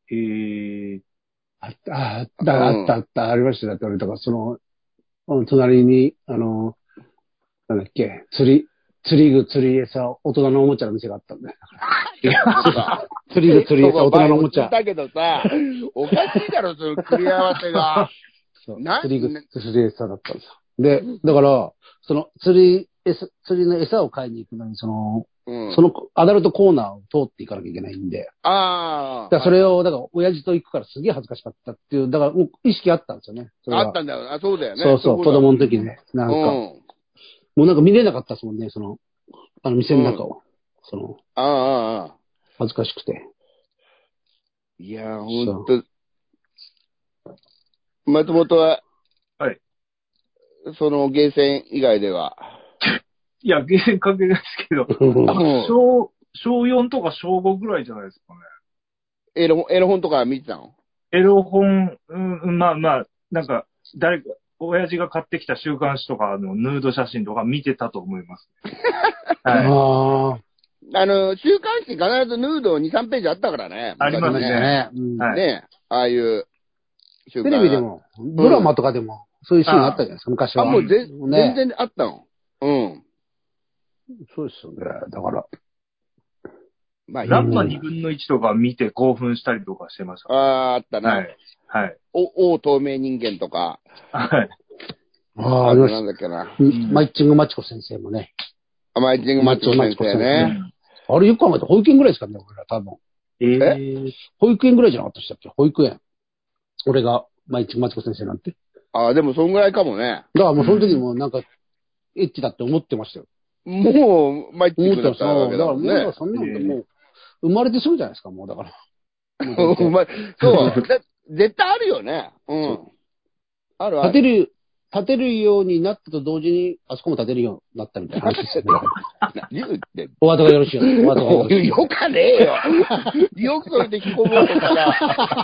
あった、ありましたよ。だって俺、だから隣に、なんだっけ、釣り具、釣り餌、大人のおもちゃの店があったんだよ。釣り具、釣り餌、大人のおもちゃ。 だけどさ、おかしいだろ、その組み合わせが。 釣り具、釣り餌だったんですよ。で、だから、釣りの餌を買いに行くのに、アダルトコーナーを通っていかなきゃいけないんで。だからそれを、だから、親父と行くからすげえ恥ずかしかったっていう、だから、もう意識あったんですよね。 あったんだよ。そうだよね。 そう、子供の時ね。なんか、もうなんか見れなかったですもんね、店の中を。恥ずかしくて。 いやー、ほんと。松本は、ゲーセン以外では。 いや、ゲーセン関係ないですけど、小4とか小5ぐらいじゃないですかね。 エロ本とか見てたの？ エロ本、まあ、なんか、親父が買ってきた週刊誌とかヌード写真とか見てたと思います。 週刊誌必ずヌード2、3ページあったからね。 ありますね。 ね、ああいう週刊。テレビでも、ドラマとかでも、そういうシーンあったじゃないですか、昔は。 もう全然あったの。 そうですよね。だから。 まあ、ランマ2分の1とか見て興奮したりとかしてました。 あったね。 はい。はい。 王透明人間とか。 はい。 ああ、なんだっけな。 マイチングマチコ先生もね。 マイチングマチコ先生ね。 あれよく考えて保育園ぐらいですかね、俺ら多分。保育園ぐらいじゃなかったでしたっけ？保育園。俺がマイチングマチコ先生なんて。 ああ、でもそんぐらいかもね。 だからもうその時もなんか、エッチだって思ってましたよ。 もう、マイチングだったわけだもんね。 だからもう、そんなのもう、生まれてすぐじゃないですか、もうだから。 そう。絶対あるよね。うん。あるある。立てるようになったと同時に、あそこも立てるようになったみたいな話ですよね。 何言ってんの？ お後がよろしいよ。お後がよろしい。 よかねえよ。よくそれで引っ込もうとしたら。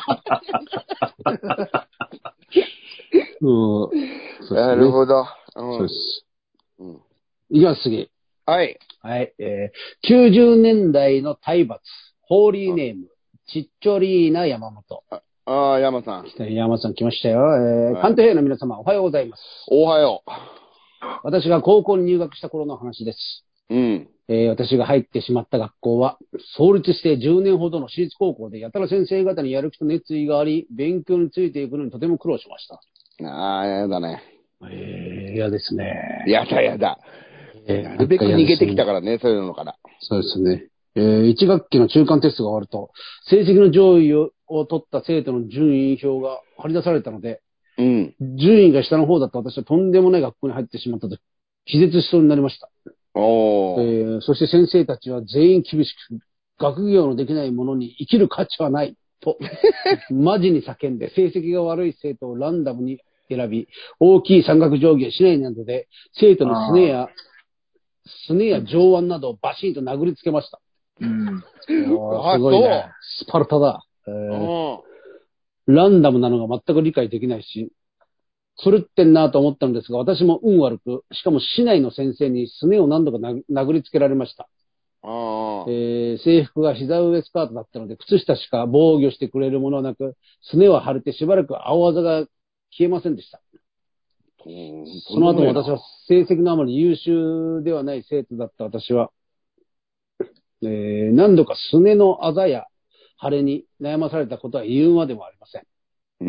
なるほど。 そうです。いきます、次。 はい。 はい。90年代の体罰。ホーリーネーム。ちっちょりーな山本。 ああ、山さん。 山さん来ましたよ。関東平の皆様、おはようございます。 おはよう。 私が高校に入学した頃の話です。 うん。 私が入ってしまった学校は、創立して10年ほどの私立高校で、やたら先生方にやる気と熱意があり、勉強についていくのにとても苦労しました。 ああ、やだね。 嫌ですね。 やだ。なるべく逃げてきたからね、そういうのから。 そうですね。1学期の中間テストが終わると、成績の上位を取った生徒の順位表が張り出されたので、 うん。 順位が下の方だった私はとんでもない学校に入ってしまったと、気絶しそうになりました。そして先生たちは全員厳しく、学業のできない者に生きる価値はないと、マジに叫んで、成績が悪い生徒をランダムに選び、大きい三角定規や竹刀などで、生徒のすねや上腕などをバシンと殴りつけました。 うん。 すごいね。スパルタだ。ランダムなのが全く理解できないし、狂ってんなと思ったんですが、私も運悪く、しかも市内の先生にすねを何度か殴りつけられました。制服が膝上スカートだったので、靴下しか防御してくれるものはなく、すねは腫れてしばらく青あざが消えませんでした。その後も私は成績のあまり優秀ではない生徒だった私は、何度かすねのあざや腫れに悩まされたことは言うまでもありません。 うん。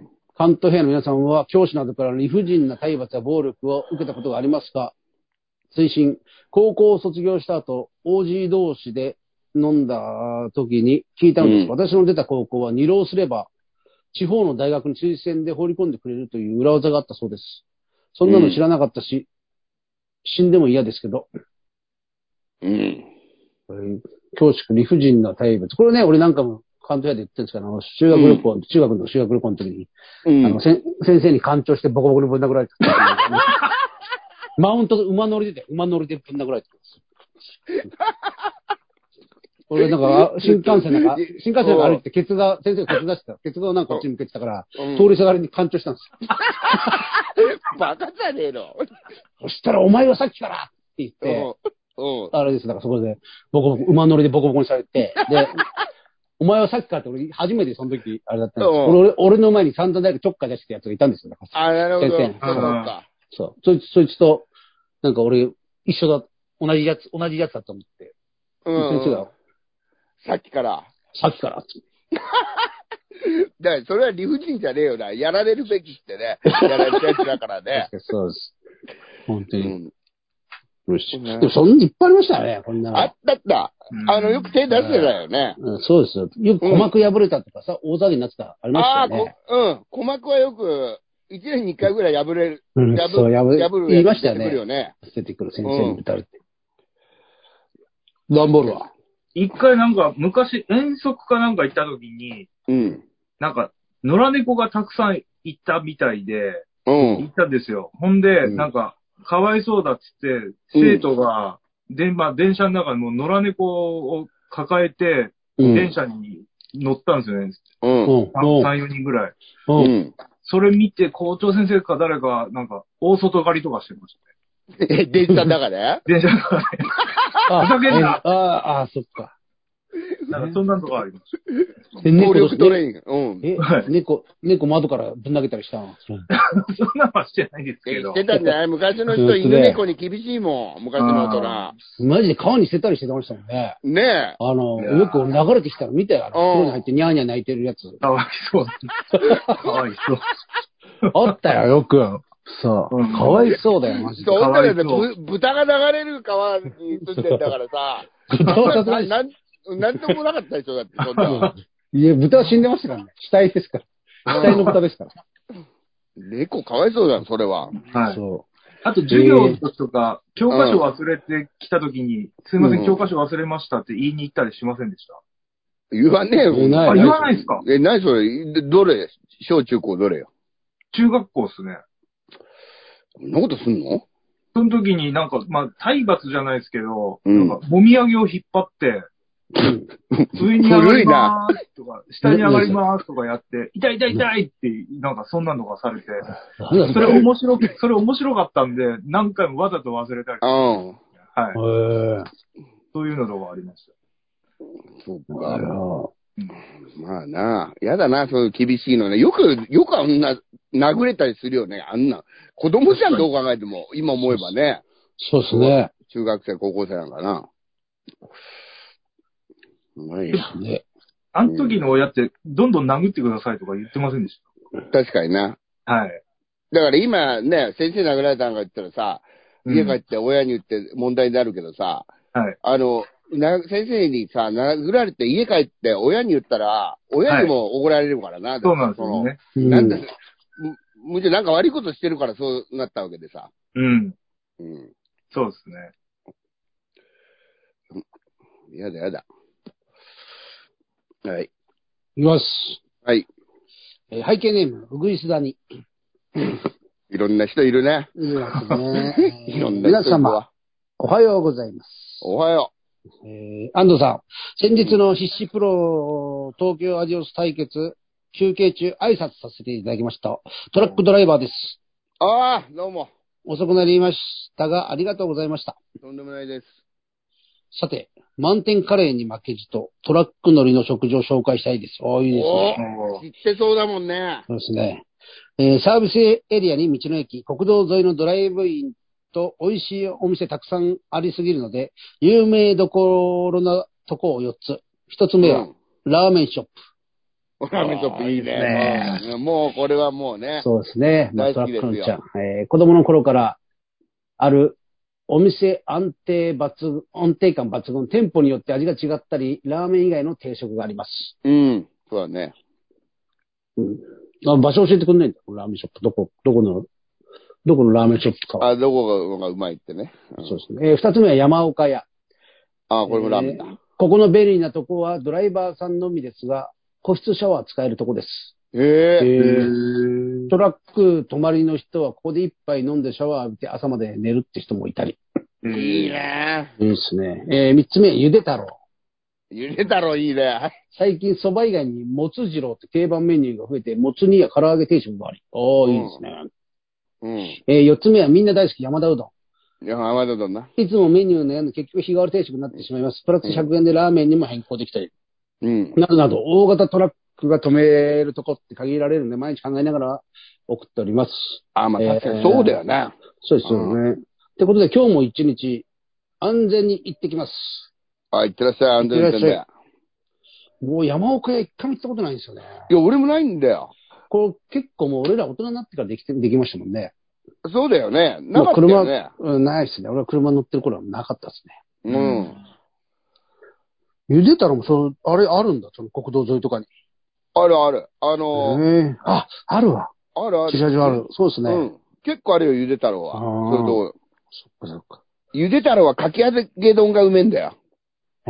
関東平の皆さんは教師などから理不尽な体罰や暴力を受けたことがありますか？推進、高校を卒業した後、OG 同士で飲んだ時に聞いたのです。私の出た高校は2浪すれば、地方の大学に推薦で放り込んでくれるという裏技があったそうです。そんなの知らなかったし、死んでも嫌ですけど。教師理不尽な体罰。これね、俺なんかも関東屋で言ってるんですけど、中学の修学旅行の時に、先生に干潮してボコボコにぶん殴られてマウント、馬乗りでぶん殴られて俺なんか、新幹線が歩いて先生がケツ出してた。ケツがなんかこっちに向けてたから、通りすがりに干潮したんですよ。バカじゃねえの。 そしたらお前はさっきからって言って、あれです、だからそこで、馬乗りでボコボコにされて、で、お前はさっきからって俺初めてその時、あれだったんです。俺の前に散々大学ちょっか出してたやつがいたんですよ。 あ、なるほど。 そう。そいつと、なんか俺、同じやつだと思って。先生が。 さっきから。 だからそれは理不尽じゃねえよな。やられるべきってね。やられたやつだからね。 そうです。本当に。でもそんないっぱいありましたよね、こんな。 あった。よく手出してたよね。 そうですよ。よく鼓膜破れたとかさ、大騒ぎになってた、ありましたよね。 鼓膜はよく、1年に1回ぐらい破る。 破る。言いましたよね。 出てくる先生に打たれて。段ボールは一回なんか、昔、遠足かなんか行った時に、なんか、野良猫がたくさんいたみたいで、行ったんですよ。ほんで、なんか、かわいそうだっつって、生徒が、電車の中にも野良猫を抱えて、電車に乗ったんですよね。3、4人ぐらい。それ見て、校長先生か誰か、なんか、大外刈りとかしてましたね。 電車の中で電車の中で。ふざけんな。 ああ、そっか。 なんかそんなのがあります。 暴力トレーニング。 うん。猫窓からぶん投げたりしたん？ そんなのはしてないですけど。 してたんじゃない？昔の人、犬猫に厳しいもん。昔の大人。マジで川に捨てたりしてましたもんね。 ねえ。 よく流れてきたら見て、風呂に入ってニャーニャー泣いてるやつ。 かわいそう。かわいそう。 あったよ、よく。そう。かわいそうだよ、マジで。 そうだよね。豚が流れる川に住んでんだからさ。豚はさすがに。なんともなかったでしょ、だって、そんな。 いや、豚は死んでましたからね。死体ですから。死体の豚ですから。 猫かわいそうだよ、それは。 はい。そう。あと、授業の時とか、教科書忘れてきた時に、すいません、教科書忘れましたって言いに行ったりしませんでした？ 言わねえよ。 言わないですか？ 何それ？どれ？小中高どれよ？ 中学校っすね。 そんなことすんの？ その時になんか、体罰じゃないですけど、なんか、もみあげを引っ張って、上に上がりまーすとか、下に上がりまーすとかやって、痛い痛い痛いって、なんかそんなのがされて、それ面白かったんで、何回もわざと忘れたり。はい。そういうのとかありました。 そうか。まあな、やだな、そういう厳しいのね。よくあんな、殴れたりするよね、あんな。子供じゃん、どう考えても。今思えばね。 そうですね。 中学生、高校生なんかな。 ね。あの時の親って、どんどん殴ってくださいとか言ってませんでした？ 確かにな。 はい。 だから今ね、先生殴られたんか言ったらさ、家帰って親に言って問題になるけどさ、 はい。 先生にさ、殴られて家帰って親に言ったら、親にも怒られるからな。 そうなんですよね。 なんで、むしろなんか悪いことしてるからそうなったわけでさ。 うん。そうですね。やだ。はい。 いきます。 はい。 背景ネーム、うぐいすだに。 いろんな人いるね。 いますね。 いろんな人いるわ。 皆様、おはようございます。 おはよう。安藤さん、先日の必死プロ東京アジオス対決、休憩中挨拶させていただきました。トラックドライバーです。 ああ、どうも。 遅くなりましたが、ありがとうございました。 とんでもないです。 さて、満点カレーに負けじと、トラック乗りの食事を紹介したいです。いいですね。知ってそうだもんね。 そうですね。サービスエリアに道の駅、国道沿いのドライブインと美味しいお店たくさんありすぎるので、有名どころなとこを4つ。1つ目は、ラーメンショップ。 ラーメンショップいいね。もうこれはもうね。 そうですね。大好きですよ。子供の頃からあるお店安定感抜群、店舗によって味が違ったり、ラーメン以外の定食があります。 そうだね。 場所教えてくんないんだよ、ラーメンショップ。どこのラーメンショップか。 どこがうまいってね。 そうですね。二つ目は山岡屋。 これもラーメンだ。 ここの便利なとこはドライバーさんのみですが、個室シャワー使えるとこです。トラック泊まりの人はここで一杯飲んでシャワー浴びて朝まで寝るって人もいたり。 いいね。 いいですね。三つ目、ゆで太郎。 ゆで太郎いいね。 最近蕎麦以外にもつ二郎って定番メニューが増えて、もつ煮や唐揚げ定食もあり。いいですね。四つ目はみんな大好き山田うどん。 山田うどんな。 いつもメニュー悩んで結局日替わり定食になってしまいます。プラス100円でラーメンにも変更できたり。などなど、大型トラックが止めるとこって限られるんで、毎日考えながら送っております。 確かにそうだよね。 そうですよね。ってことで今日も一日安全に行ってきます。 行ってらっしゃい、安全運転で。 もう山奥屋一回も行ったことないんですよね。 いや、俺もないんだよ。 これ結構もう俺ら大人になってからできましたもんね。 そうだよね。なかったよね。 ないですね。俺は車乗ってる頃はなかったですね。ゆでたらもあれあるんだ、その国道沿いとかに。 あるある。 あるわ。 ある。 駐車場ある。そうですね。 結構あるよ、ゆで太郎は。 そっか。 ゆで太郎はかき揚げ丼がうめえんだよ。あ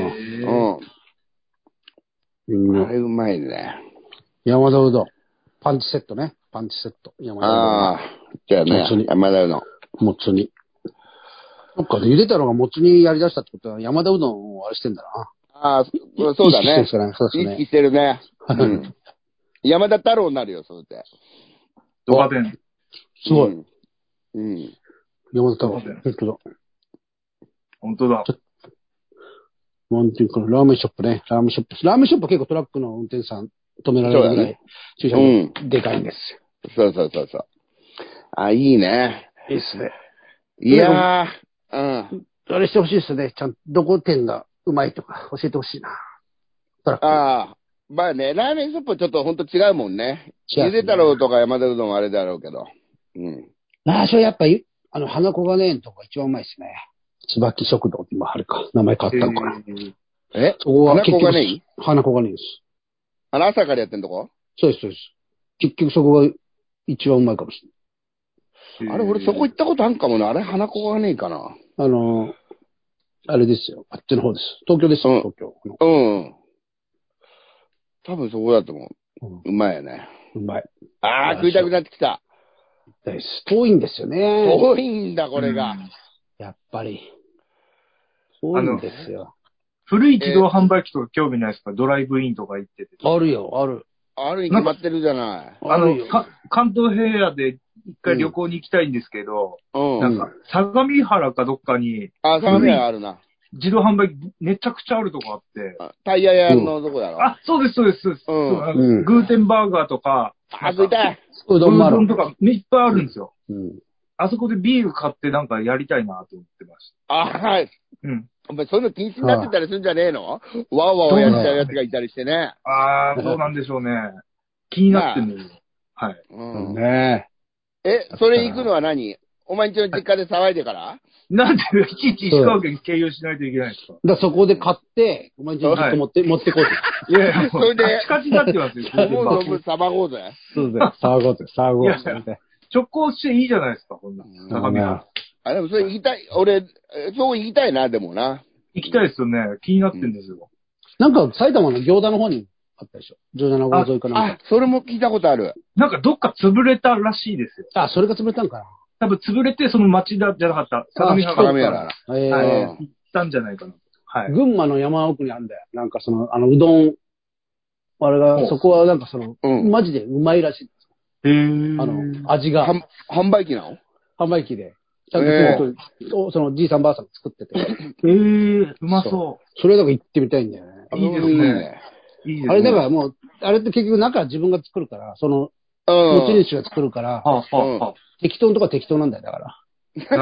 れうまいね。 山田うどん。パンチセットね。山田うどん。 じゃあね、山田うどん。 もつ煮。そっか、ゆで太郎がもつ煮やりだしたってことは山田うどんをあれしてんだな。そうだね。 意識してるね。山田太郎になるよ、そうやって。 ドカベン。 すごい。山田太郎。本当だ。 なんていうか、ラーメンショップね。ラーメンショップ結構トラックの運転手さん止められるぐらい、駐車場でかいんですよ。そう。あ、いいね。 いいっすね。 いやー、 あれしてほしいっすね。ちゃんと、どこ店がうまいとか教えてほしいな。トラック。 ああ。まあね、ラーメンショップはちょっとほんと違うもんね。ゆで太郎とか山田うどんはあれだろうけど。 ラーショやっぱり、花子がねんとこ一番うまいっすね。椿食堂って今あるか。名前変わったのかな。そこは花子がね花子がねんです。 朝からやってんとこ？ そうです。結局そこが一番うまいかもしれない。あれ、俺そこ行ったことあるかもな。あれ、花子がねえかな。 あれですよ。あっちの方です。東京ですよ、東京。 多分そこだと思う。うまいよね。 うまい。 ああ、食いたくなってきた。 遠いんですよね。 遠いんだ、これが。 やっぱり。遠いんですよ。 古い自動販売機とか興味ないですか？ドライブインとか行ってて。 あるよ、ある。 あるに決まってるじゃない。 関東平野で一回旅行に行きたいんですけど、なんか、相模原かどっかに、 相模原あるな。 自動販売機めちゃくちゃあるとこあって。 タイヤ屋のとこだろ。 そうです。グーテンバーガーとか、 食いたい。 うどんとかいっぱいあるんですよ。あそこでビール買ってなんかやりたいなと思ってました。 はい。お前そういうの禁止になってたりするんじゃねえの？わわやっちゃうやつがいたりしてね。 そうなんでしょうね。気になってんのよ。はい。 ねそれ行くのは何？お前んちの実家で騒いでから？ なんでいちいち石川県経由しないといけないんですか？ そこで買って、お前んちに実家持ってこう。 いや、それで、カチカチになってますよ。 思う存分騒ごうぜ。 そうだよ。騒ごうぜ。 直行していいじゃないですか、こんな。相模原。 でもそれ言いたい。俺、そう言いたいな、でもな。 行きたいですよね。気になってんですよ。 なんか埼玉の行田の方にあったでしょ。17号沿いかなんか。 それも聞いたことある。 なんかどっか潰れたらしいですよ。 それが潰れたんかな。 多分潰れて、その町田じゃなかった。相模原。行ったんじゃないかな。はい。 群馬の山奥にあるんだよ。なんかうどん、あれが、そこはなんかマジでうまいらしい。味が。 販売機なの？ 販売機で。ちゃんと、そのじいさんばあさん作ってて。 うまそう。 それだから行ってみたいんだよね。 いいですね。 あれだからもう、あれって結局中自分が作るから、持ち主が作るから、適当のとこは適当なんだよ、だから。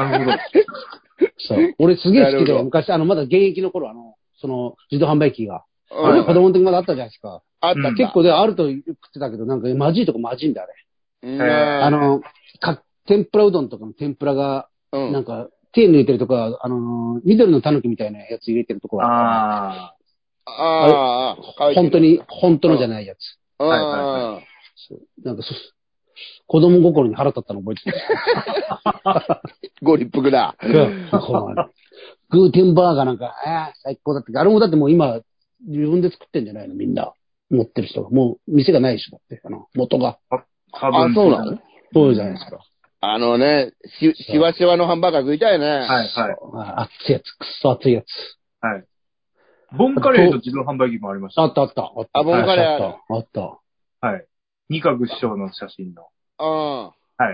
なるほど。 そう。俺すげえ好きで、昔、まだ現役の頃、自動販売機が。あれ子供の時まだあったじゃないですか。 あった。 結構であると言ってたけど、なんかまじいとこまじいんだ、あれ。天ぷらうどんとかの天ぷらが、なんか、手抜いてるとこは、緑の狸みたいなやつ入れてるとこは。本当のじゃないやつ。なんか子供心に腹立ったの覚えてた。ご立腹だ。 グーテンバーガーなんか、最高だって。あれもだってもう今、自分で作ってんじゃないのみんな。持ってる人が。もう、店がないでしょだって。元が。 そうなの？ そうじゃないですか。 しわしわのハンバーガー食いたいね。 熱いやつ。くっそ熱いやつ。 はい。ボンカレーの自動販売機もありました。 あった。 ボンカレーあった。 はい。二角師匠の写真の。はい。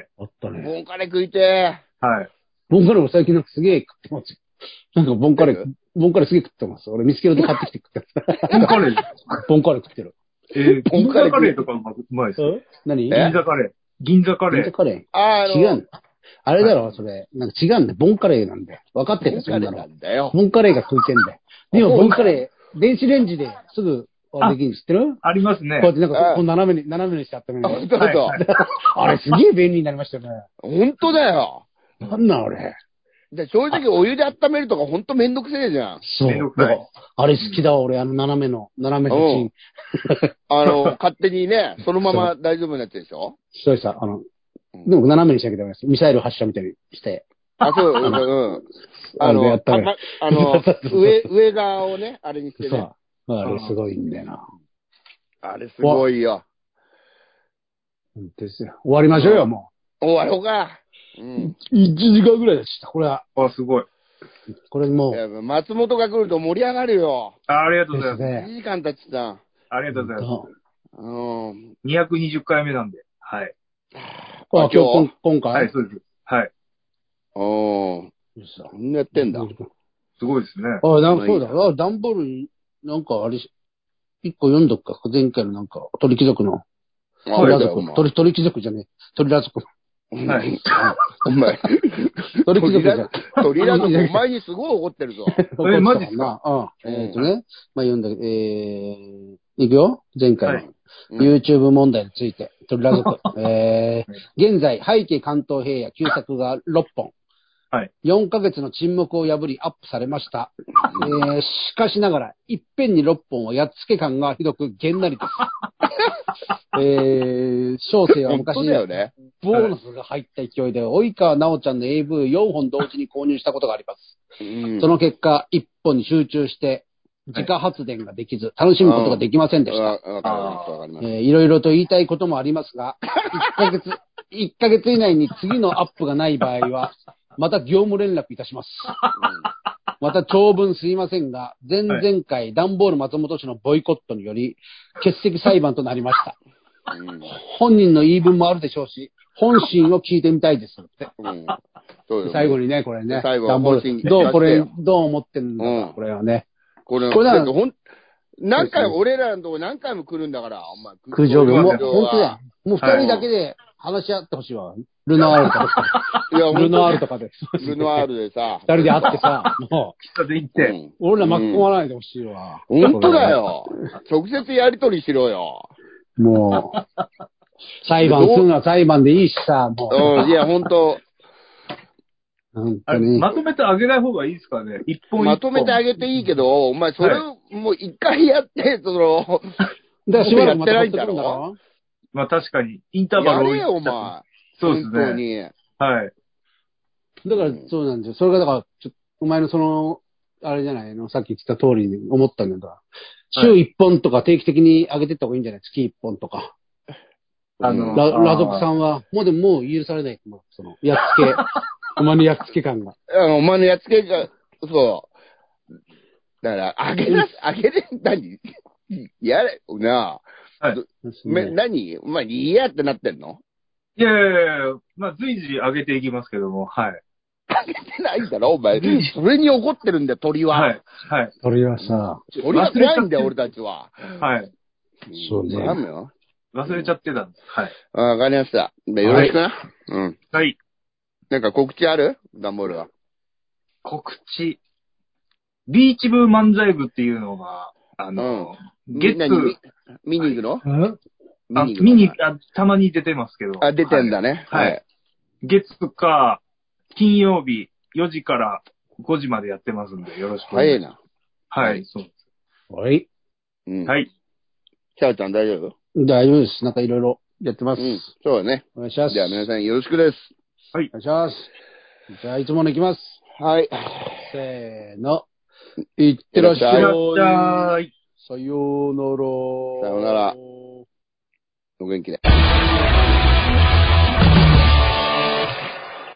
あったね。 ボンカレー食いてー。はい。 ボンカレーも最近なんかすげえ食ってますよ。なんかボンカレーすげえ食ってます。俺見つけると買ってきて食ってます。 ボンカレー食ってる。 銀座カレーとかうまいですよ。 何？ 銀座カレー。銀座カレー。違う。あれだろ、それ。なんか違うんだよ。ボンカレーなんだよ。分かってる、そんなの。ボンカレーが食いてんだよ。でもボンカレー、電子レンジですぐ、できるの知ってる？ ありますね。 こうやってなんか、斜めにしちゃったね。あれすげえ便利になりましたよね。 ほんとだよ。 なんなんあれ。 正直お湯で温めるとかほんとめんどくせえじゃん。 そう。あれ好きだわ、俺、斜めのチン。 勝手にね、そのまま大丈夫なやつでしょ？ そうさ、でも斜めにしなきゃダメです。ミサイル発射みたいにして。 そう、上側をね、あれにしてね。 そう。あれすごいんだよな。 あれすごいよ。 ですよ。終わりましょうよ、もう。終わろうか。 1時間ぐらいでした、これは。 すごい。 これもう。 松本が来ると盛り上がるよ。 ありがとうございます。 1時間経ってた。 ありがとうございます。220回目なんで。はい。 今回はい、そうです。はい。 そんなやってんだ。 すごいですね。 そうだ。段ボールに、なんかあれ、一個読んどくか。前回のなんか、鳥貴族の。鳥貴族じゃねえ。鳥ラ族。 はい。 お前。 鳥貴族じゃ。 鳥ラ族、お前にすごい怒ってるぞ。 マジっすか？ まあ読んだけど、いくよ前回の。YouTube 問題について、鳥ラ族。現在、背景関東平野旧作が6本。 はい。 4ヶ月の沈黙を破りアップされました。しかしながら、いっぺんに6本はやっつけ感がひどくげんなりです。小生は昔、ボーナスが入った勢いで、及川直ちゃんの AV4 本同時に購入したことがあります。その結果、1本に集中して、自家発電ができず、楽しむことができませんでした。いろいろと言いたいこともありますが、1ヶ月以内に次のアップがない場合は、また業務連絡いたします。また長文すいませんが、前々回、ダンボール松本氏のボイコットにより、欠席裁判となりました。本人の言い分もあるでしょうし、本心を聞いてみたいですって。最後にね、これね。 最後ダンボール。どう思ってんのか、これはね。 これ何回も、俺らのとこ何回も来るんだから、お前。 苦情が。もう、本当だよ。もう二人だけで話し合ってほしいわ。ルノアールとか。ルノアールとかで。 ルノアールでさ。 二人で会ってさ、もう。喫茶で行って。 俺ら巻き込まないでほしいわ。 本当だよ。直接やりとりしろよ。 もう。裁判するのは裁判でいいしさ、もう。いや、本当。 まとめてあげない方がいいですかね。一本まとめてあげていいけど、お前それをもう一回やって、だからしばらくやってないんだろ。 まあ確かに、インターバルを。 やれよ、お前。 そうですね。 本当に。 はい。 だから、そうなんですよ。それがだから、お前のその、あれじゃないの、さっき言った通りに思ったんだから、週1本とか定期的に上げてった方がいいんじゃない？月1本とか。ラ族さんは、もう許されない。その、やっつけ。お前のやっつけ感が。 お前のやっつけが、そう。だから、あげれ、何やれ、なあ。何お前、いやってなってんの？ いや、まあ、随時上げていきますけども、はい。 上げてないんだろお前。それに怒ってるんだよ、鳥は。 はい。 鳥はさ。 鳥は怖いんだよ、俺たちは。 はい。 そうね。 忘れちゃってたんです。はい。 わかりました。よろしくな。 はい。 なんか告知ある？ダンボールは。 告知。ビーチ部漫才部っていうのが、 見に行くの？ たまに出てますけど。 出てんだね。 はい。月か、金曜日4時から5時までやってますんで、よろしくお願いします。はい、そうです。 はい。 はい。 チャオちゃん大丈夫？ 大丈夫です。なんかいろいろやってます。 そうだね。 お願いします。 じゃあ皆さんよろしくです。 はい。 お願いします。じゃあいつもの行きます。 はい。 せーの。いってらっしゃい。 さようなら。 さようなら。お元気で。